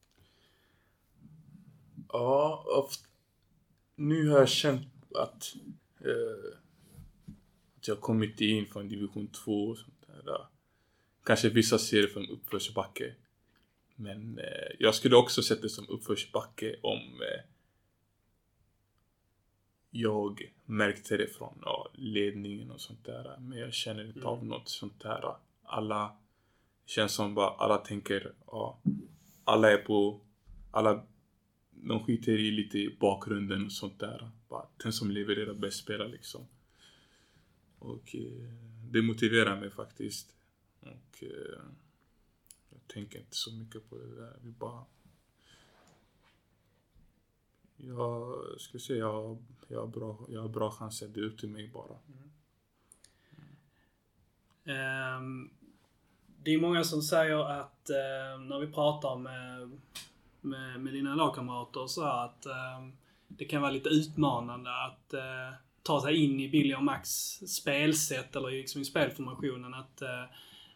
Ja, ofta. Nu har jag känt att eh, att jag har kommit in från division två och sånt där. Kanske vissa ser det som uppförsbacke. Men eh, jag skulle också sett det som uppförsbacke om eh, jag märkte det från ja, ledningen och sånt där. Men jag känner inte mm. av något sånt där. Alla känns som bara, alla tänker, ja, alla är på, alla, de skiter i lite i bakgrunden och sånt där. Bara den som levererar bäst spelar liksom. Och eh, det motiverar mig faktiskt. Och eh, jag tänker inte så mycket på det där. Vi bara... Jag skulle säga jag, jag, har bra, jag har bra chanser. Det är upp till mig bara. Mm. Mm. Um, det är många som säger att uh, när vi pratar med, med, med dina lagkamrater så att uh, det kan vara lite utmanande att uh, ta sig in i Billy och Max spelsätt eller liksom i spelformationen. Att uh,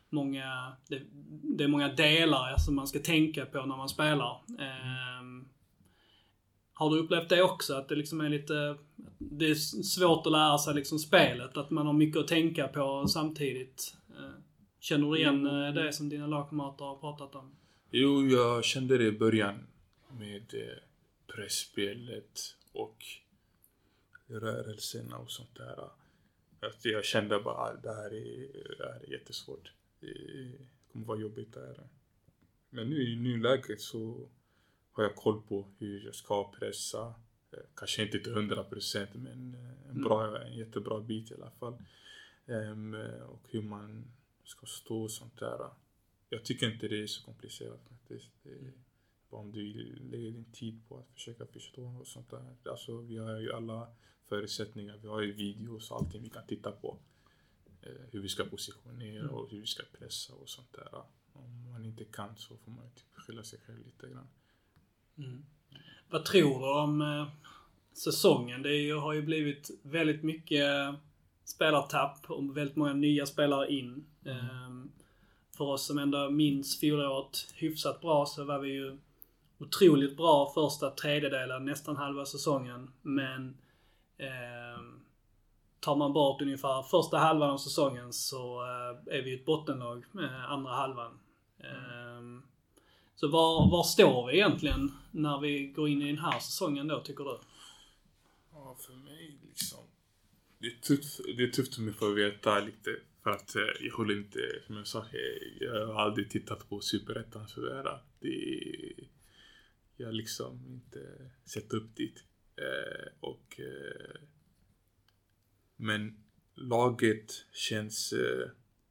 många, det, det är många delar som man ska tänka på när man spelar. Um, har du upplevt det också? Att det liksom är lite, det är svårt att lära sig liksom spelet, att man har mycket att tänka på samtidigt. Uh, känner du igen uh, det som dina lagkamrater har pratat om? Jo, jag kände det i början med eh, pressspelet och rörelserna och sånt där. Att jag kände bara att det här är, det här är jättesvårt. Det kommer vara jobbigt där. Men nu i nuläget så har jag koll på hur jag ska pressa. Kanske inte till hundra procent, men en, bra, en jättebra bit i alla fall. Um, och hur man ska stå och sånt där. Jag tycker inte det är så komplicerat faktiskt. Det är bara om du lägger din tid på att försöka förstå och sånt där. Alltså vi har ju alla förutsättningar. Vi har ju videos och allting vi kan titta på. Eh, hur vi ska positionera mm. och hur vi ska pressa och sånt där. Om man inte kan så får man ju typ skylla sig själv lite grann. Mm. Vad tror du om eh, säsongen? Det är ju, har ju blivit väldigt mycket spelartapp och väldigt många nya spelare in. Mm. Eh, för oss som ändå minns fjolåret hyfsat bra så var vi ju otroligt bra första tredjedelen, nästan halva säsongen. Men eh, tar man bort ungefär första halvan av säsongen så eh, är vi ett bottenlag eh, andra halvan. Eh, så var, var står vi egentligen när vi går in i den här säsongen då, tycker du? Ja, för mig liksom. Det är tufft, det är tufft för mig för att veta lite. För att jag håller inte, som jag sa, jag har aldrig tittat på Superettan sådär. Det jag liksom inte sett upp dit. Eh, och, eh, men laget känns, eh,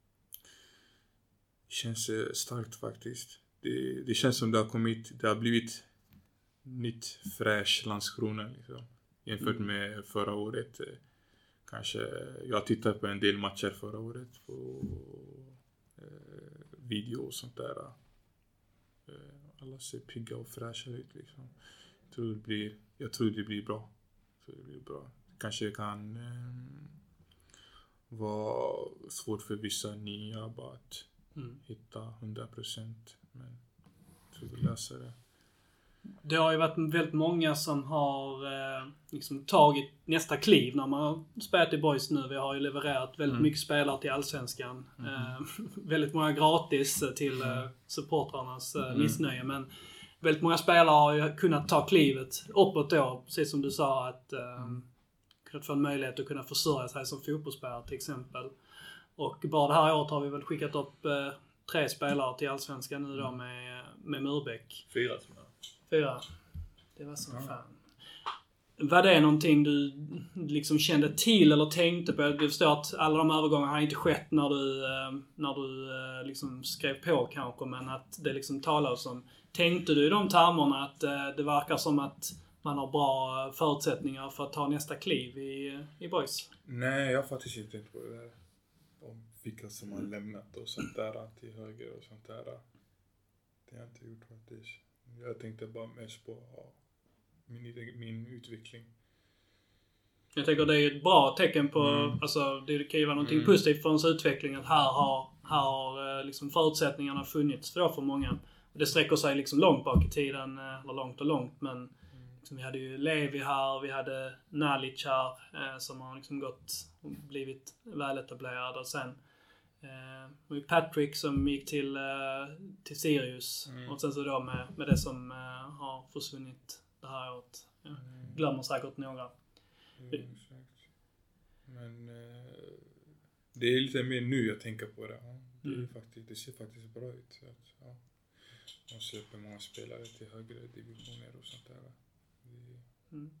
känns eh, starkt faktiskt. Det, det känns som det har kommit, det har blivit nytt fräsch Landskrona liksom. Jämfört mm. med förra året. Kanske, jag tittade på en del matcher förra året på eh, video och sånt där. Eh, alla ser pigga och fräscha ut liksom. Jag tror det blir, jag tror det blir bra. Jag tror det blir bra. Kanske kan eh, vara svårt för vissa nya bara att mm. hitta hundra procent. Men jag tror vi löser det. Det har ju varit väldigt många som har eh, liksom tagit nästa kliv när man har spelat i Boys nu. Vi har ju levererat väldigt mm. mycket spelare till Allsvenskan. Mm. Eh, väldigt många gratis till eh, supportrarnas eh, mm. missnöje. Men väldigt många spelare har ju kunnat ta klivet uppåt då. Precis som du sa, att eh, mm. kunnat få en möjlighet att kunna försörja sig som fotbollsspelare till exempel. Och bara det här året har vi väl skickat upp eh, tre spelare till Allsvenskan nu då med, med Murbeck. Fyra som jag. Fyra. Det var så fan. Var det någonting du liksom kände till eller tänkte på? Jag förstår att alla de övergångarna har inte skett när du, när du liksom skrev på kanske, men att det liksom talades om. Tänkte du i de termerna att det verkar som att man har bra förutsättningar för att ta nästa kliv i, i Boys? Nej, jag har faktiskt inte tänkt på det där. Om vilka som har lämnat och sånt där till höger och sånt där. Det har jag inte gjort faktiskt. Jag tänkte bara mest på ja, min, min utveckling. Jag tänker det är ett bra tecken på, mm. alltså det kan ju vara någonting mm. positivt för ens utveckling att här har, här har liksom förutsättningarna funnits för, för många. Det sträcker sig liksom långt bak i tiden, eller långt och långt, men mm. liksom, vi hade ju Levi här, vi hade Nalic här eh, som har liksom gått och blivit väletablerad och sen Uh, Patrick som gick till, uh, till Sirius mm. och sen så då med, med det som uh, har försvunnit det här året. Ja. Mm. Glömmer säkert några. Mm, exakt. Men uh, det är lite mer nu jag tänker på det. Ja. Det, är mm. faktiskt, det ser faktiskt bra ut. Så att, ja. Man köper många spelare till högre divisioner och sånt där. Det... Mm.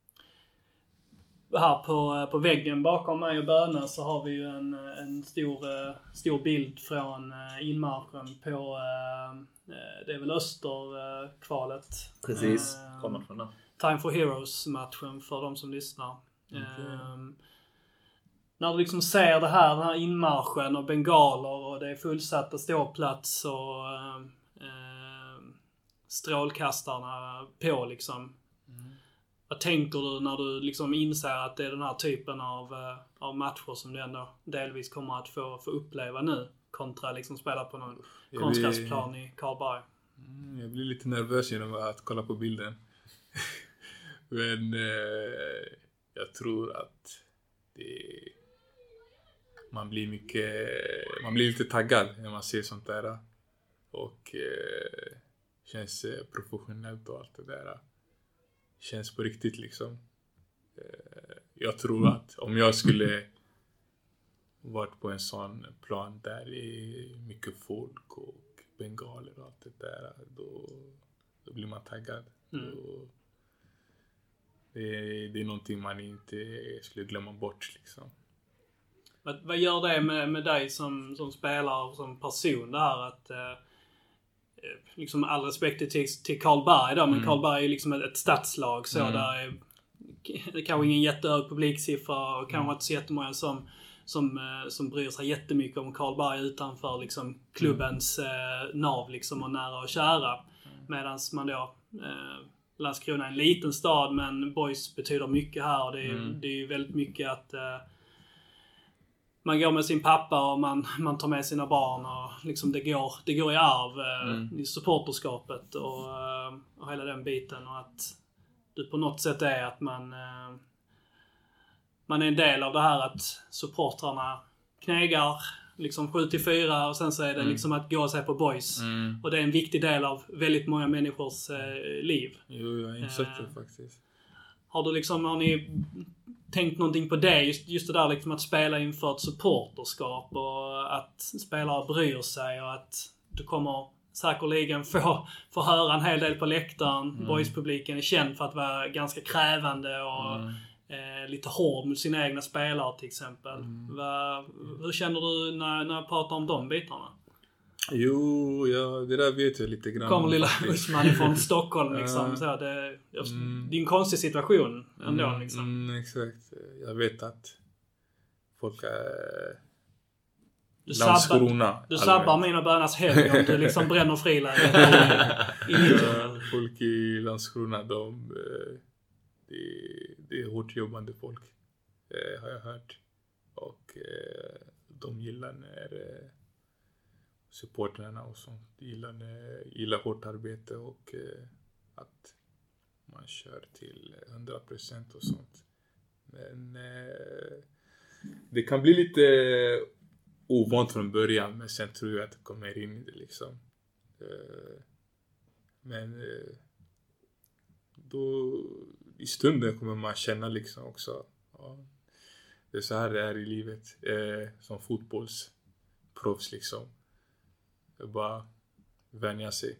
Här på, på väggen bakom mig och Böna så har vi ju en, en stor, stor bild från inmarschen på, det är väl Österkvalet. Precis, kommer från det. Time for Heroes-matchen för de som lyssnar. Okay. Um, när du liksom ser det här, den här inmarschen och bengaler och det är fullsatta ståplats och uh, strålkastarna på liksom. Vad tänker du när du liksom inser att det är den här typen av, av matcher som du ändå delvis kommer att få, få uppleva nu? kontra liksom spela på någon Jag konstgräsplan blir- i Karlberg? Mm, jag blir lite nervös genom att kolla på bilden. Men eh, jag tror att det, man blir mycket, man blir lite taggad när man ser sånt där. Och eh, känns eh, professionellt och allt det där. Känns på riktigt liksom. Eh, jag tror att om jag skulle varit på en sån plan där det är mycket folk och bengaler och allt det där, då, då blir man taggad. Mm. Då, det, är, det är någonting man inte skulle glömma bort liksom. Vad, vad gör det med, med dig som, som spelare och som person där att eh, liksom all respekt till, till Karlberg då, men Mm. Karlberg är ju liksom ett, ett stadslag så Mm. där är det kanske ingen jättehög publiksiffra och kanske Mm. inte så jättemånga som, som, eh, som bryr sig jättemycket om Karlberg utanför liksom klubbens eh, nav liksom och nära och kära. Medan man då eh, Landskrona är en liten stad men boys betyder mycket här och det är, Mm. det är ju väldigt mycket att eh, man går med sin pappa och man, man tar med sina barn och liksom det går, det går i arv eh, Mm. i supporterskapet och, eh, och hela den biten och att det på något sätt är att man eh, man är en del av det här att supportrarna knegar liksom sju till fyra och sen så är det Mm. liksom att gå och se på boys. Mm. Och det är en viktig del av väldigt många människors eh, liv. Jo, jag har insett Eh. det faktiskt. Har du liksom, har ni tänkt någonting på det? Just, just det där liksom att spela inför ett supporterskap och att spelare bryr sig och att du kommer säkerligen få, få höra en hel del på läktaren. Mm. Boys-publiken är känd för att vara ganska krävande och Mm. eh, lite hård mot sina egna spelare till exempel. Mm. Va, hur känner du när, när jag pratar om de bitarna? Jo, ja, det där vet jag lite grann. Kommer om lilla faktiskt. Usman ifrån Stockholm liksom. Ja. Så det, jag, Mm. det är en konstig situation ändå Mm, liksom. mm, exakt. Jag vet att folk är Du sabbar, Landskrona. du sabbar mina bönas helg om du liksom bränner friläget i, i Ja, folk i Landskrona, de, eh, det, det är hårt jobbande folk. Eh, har jag hört. Och eh, de gillar när eh, supportrarna och sånt gillar, när, gillar hårt arbete och eh, att man kör till hundra procent och sånt. Men eh, det kan bli lite ovant från början, men sen tror jag att det kommer in i det liksom. Eh, men eh, då i stunden kommer man känna liksom också, ja, det är så här det är i livet eh, som fotbollsproffs liksom. Det bara vänja sig.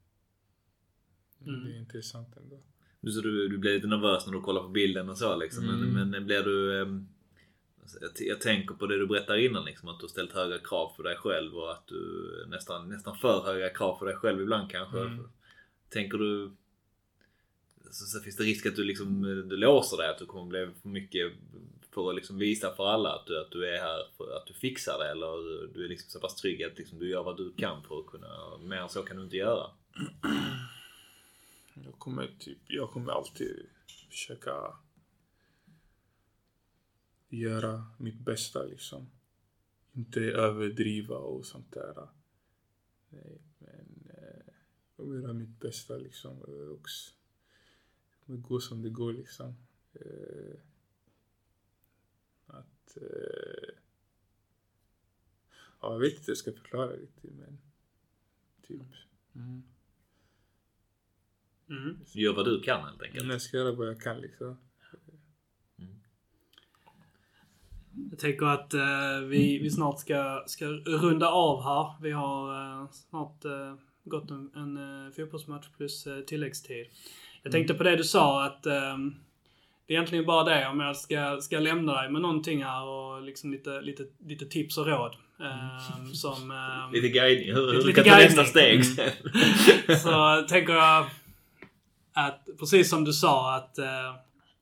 Mm. Det är intressant ändå. Du, så du, du blir lite nervös när du kollar på bilden och så liksom. Mm. Men, men blir du... ehm, jag, t- jag tänker på det du berättar innan liksom, att du har ställt höga krav på dig själv och att du nästan, nästan för höga krav på dig själv ibland kanske. Mm. Tänker du... Så, så finns det risk att du liksom du låser dig, att du kommer bli för mycket för att liksom visa för alla att du, att du är här för att du fixar det, eller du är liksom så pass trygg att liksom du gör vad du kan för att kunna, mer än så kan du inte göra. Jag kommer typ, jag kommer alltid försöka göra mitt bästa liksom. Inte överdriva och sånt där. Nej, men eh, jag kommer göra mitt bästa liksom. Och det kommer gå som det går liksom. Eh, att eh, ja, jag vet inte hur jag ska förklara riktigt, men typ mm. Mm. Gör vad du kan helt enkelt. Jag ska göra vad jag kan liksom. Jag tänker att eh, vi, vi snart ska, ska runda av här. Vi har eh, snart eh, gått en, en eh, fotbollsmatch plus eh, tilläggstid. Jag tänkte på det du sa att eh, det är egentligen bara det om jag ska, ska lämna dig med någonting här och liksom lite, lite, lite tips och råd. Eh, som, eh, Lite guidning, hur, Lite- hur lite kan ta guidning. nästa steg sen. Så tänker jag att precis som du sa att eh,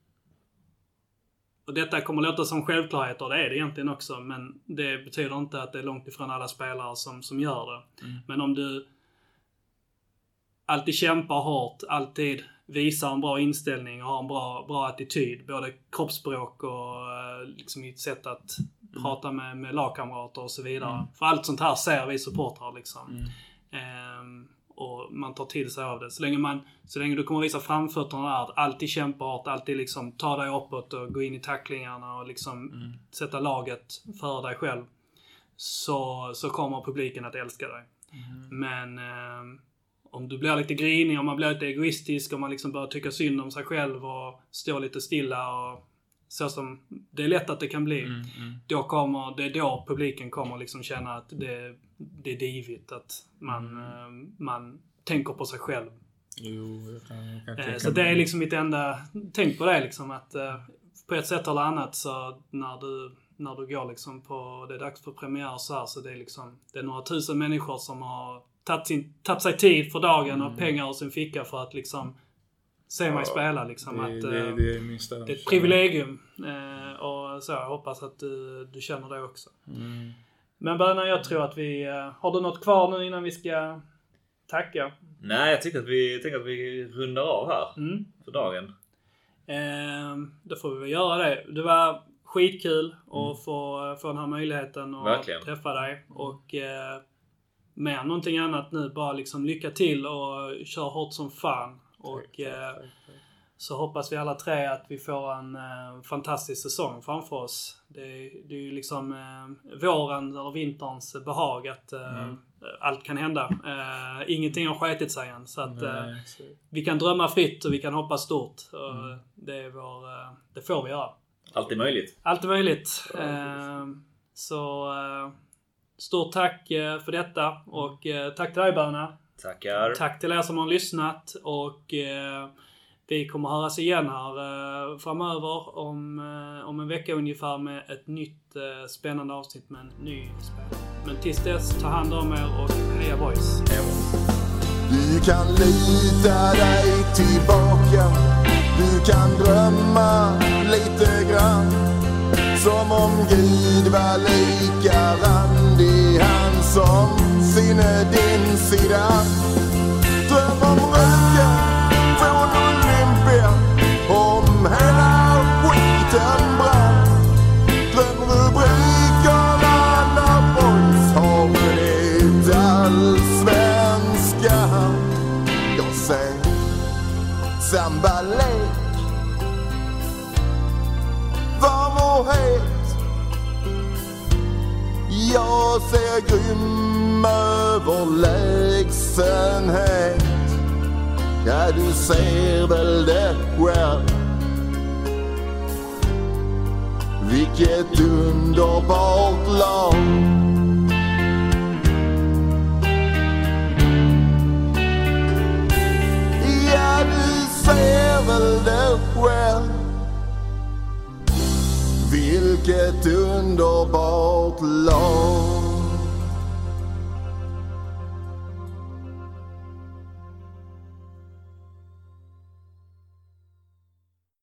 och detta kommer låta som självklarheter, det är det egentligen också, men det betyder inte att det är långt ifrån alla spelare som, som gör det. Mm. Men om du alltid kämpar hårt, alltid visar en bra inställning och har en bra, bra attityd, både kroppsspråk och eh, liksom i ett sätt att mm. prata med, med lagkamrater och så vidare. Mm. För allt sånt här ser vi supportrar liksom. Mm. Ehm, och man tar till sig av det. Så länge, man, så länge du kommer visa framfötterna där, att alltid kämpa hårt, alltid liksom ta dig uppåt och gå in i tacklingarna och liksom mm. sätta laget för dig själv. Så, så kommer publiken att älska dig. Mm. Men eh, om du blir lite grinig, om man blir lite egoistisk, om man liksom börjar tycka synd om sig själv och står lite stilla och så som det är lätt att det kan bli. Mm, mm. Då kommer, det är då publiken kommer liksom känna att det, det är divigt, att man, mm. eh, man tänker på sig själv. Jo, jag kan, jag kan eh, så det är liksom mitt enda, tänk på det liksom, att eh, på ett sätt eller annat så när du när du går liksom på, det är dags för premiär så här, så det är liksom, det är några tusen människor som har tagit, sin, tagit sig tid för dagen mm. och pengar ur sin ficka för att liksom se ja, mig spela liksom. Det, att, det, det, det, är det är ett privilegium eh, och så, jag hoppas att du, du känner det också. Mm. Men Böna, jag tror att vi, eh, har du något kvar nu innan vi ska tacka? Nej, jag tycker att vi, jag tänker att vi rundar av här mm. för dagen. Eh, då får vi väl göra det. Det var skitkul att mm. få, få den här möjligheten att Verkligen. träffa dig. Och eh, med någonting annat nu, bara liksom lycka till och kör hårt som fan. Och tack, eh, tack, tack. Så hoppas vi alla tre att vi får en eh, fantastisk säsong framför oss. Det, det är ju liksom eh, våren eller vinterns behag att eh, mm. allt kan hända. Eh, ingenting har sketit sig än. Så att eh, vi kan drömma fritt och vi kan hoppa stort. Och mm. det, är vår, eh, det får vi göra. Allt är möjligt. Allt är möjligt. Eh, så eh, stort tack eh, för detta. Och eh, tack till dig, Böna. Tackar. Tack till er som har lyssnat. Och eh, vi kommer höras igen här eh, framöver om, eh, om en vecka ungefär med ett nytt eh, spännande avsnitt med en ny spelare. Men tills dess, ta hand om er och heja boys. Heja boys. Du kan lita dig tillbaka. Du kan drömma lite grann, som om Gud var lika randig, han som sinne din sida. Dröm om röken från Olympia, om hela skiten brann. Dröm rubrikerna när boys har vunnit allsvenskan. Jag säger sambalek, varm och het. Jag ser grym överlägsenhet. Ja, du ser väl det själv. Vilket underbart lag. Ja, du ser väl det själv. Vilket underbart lag.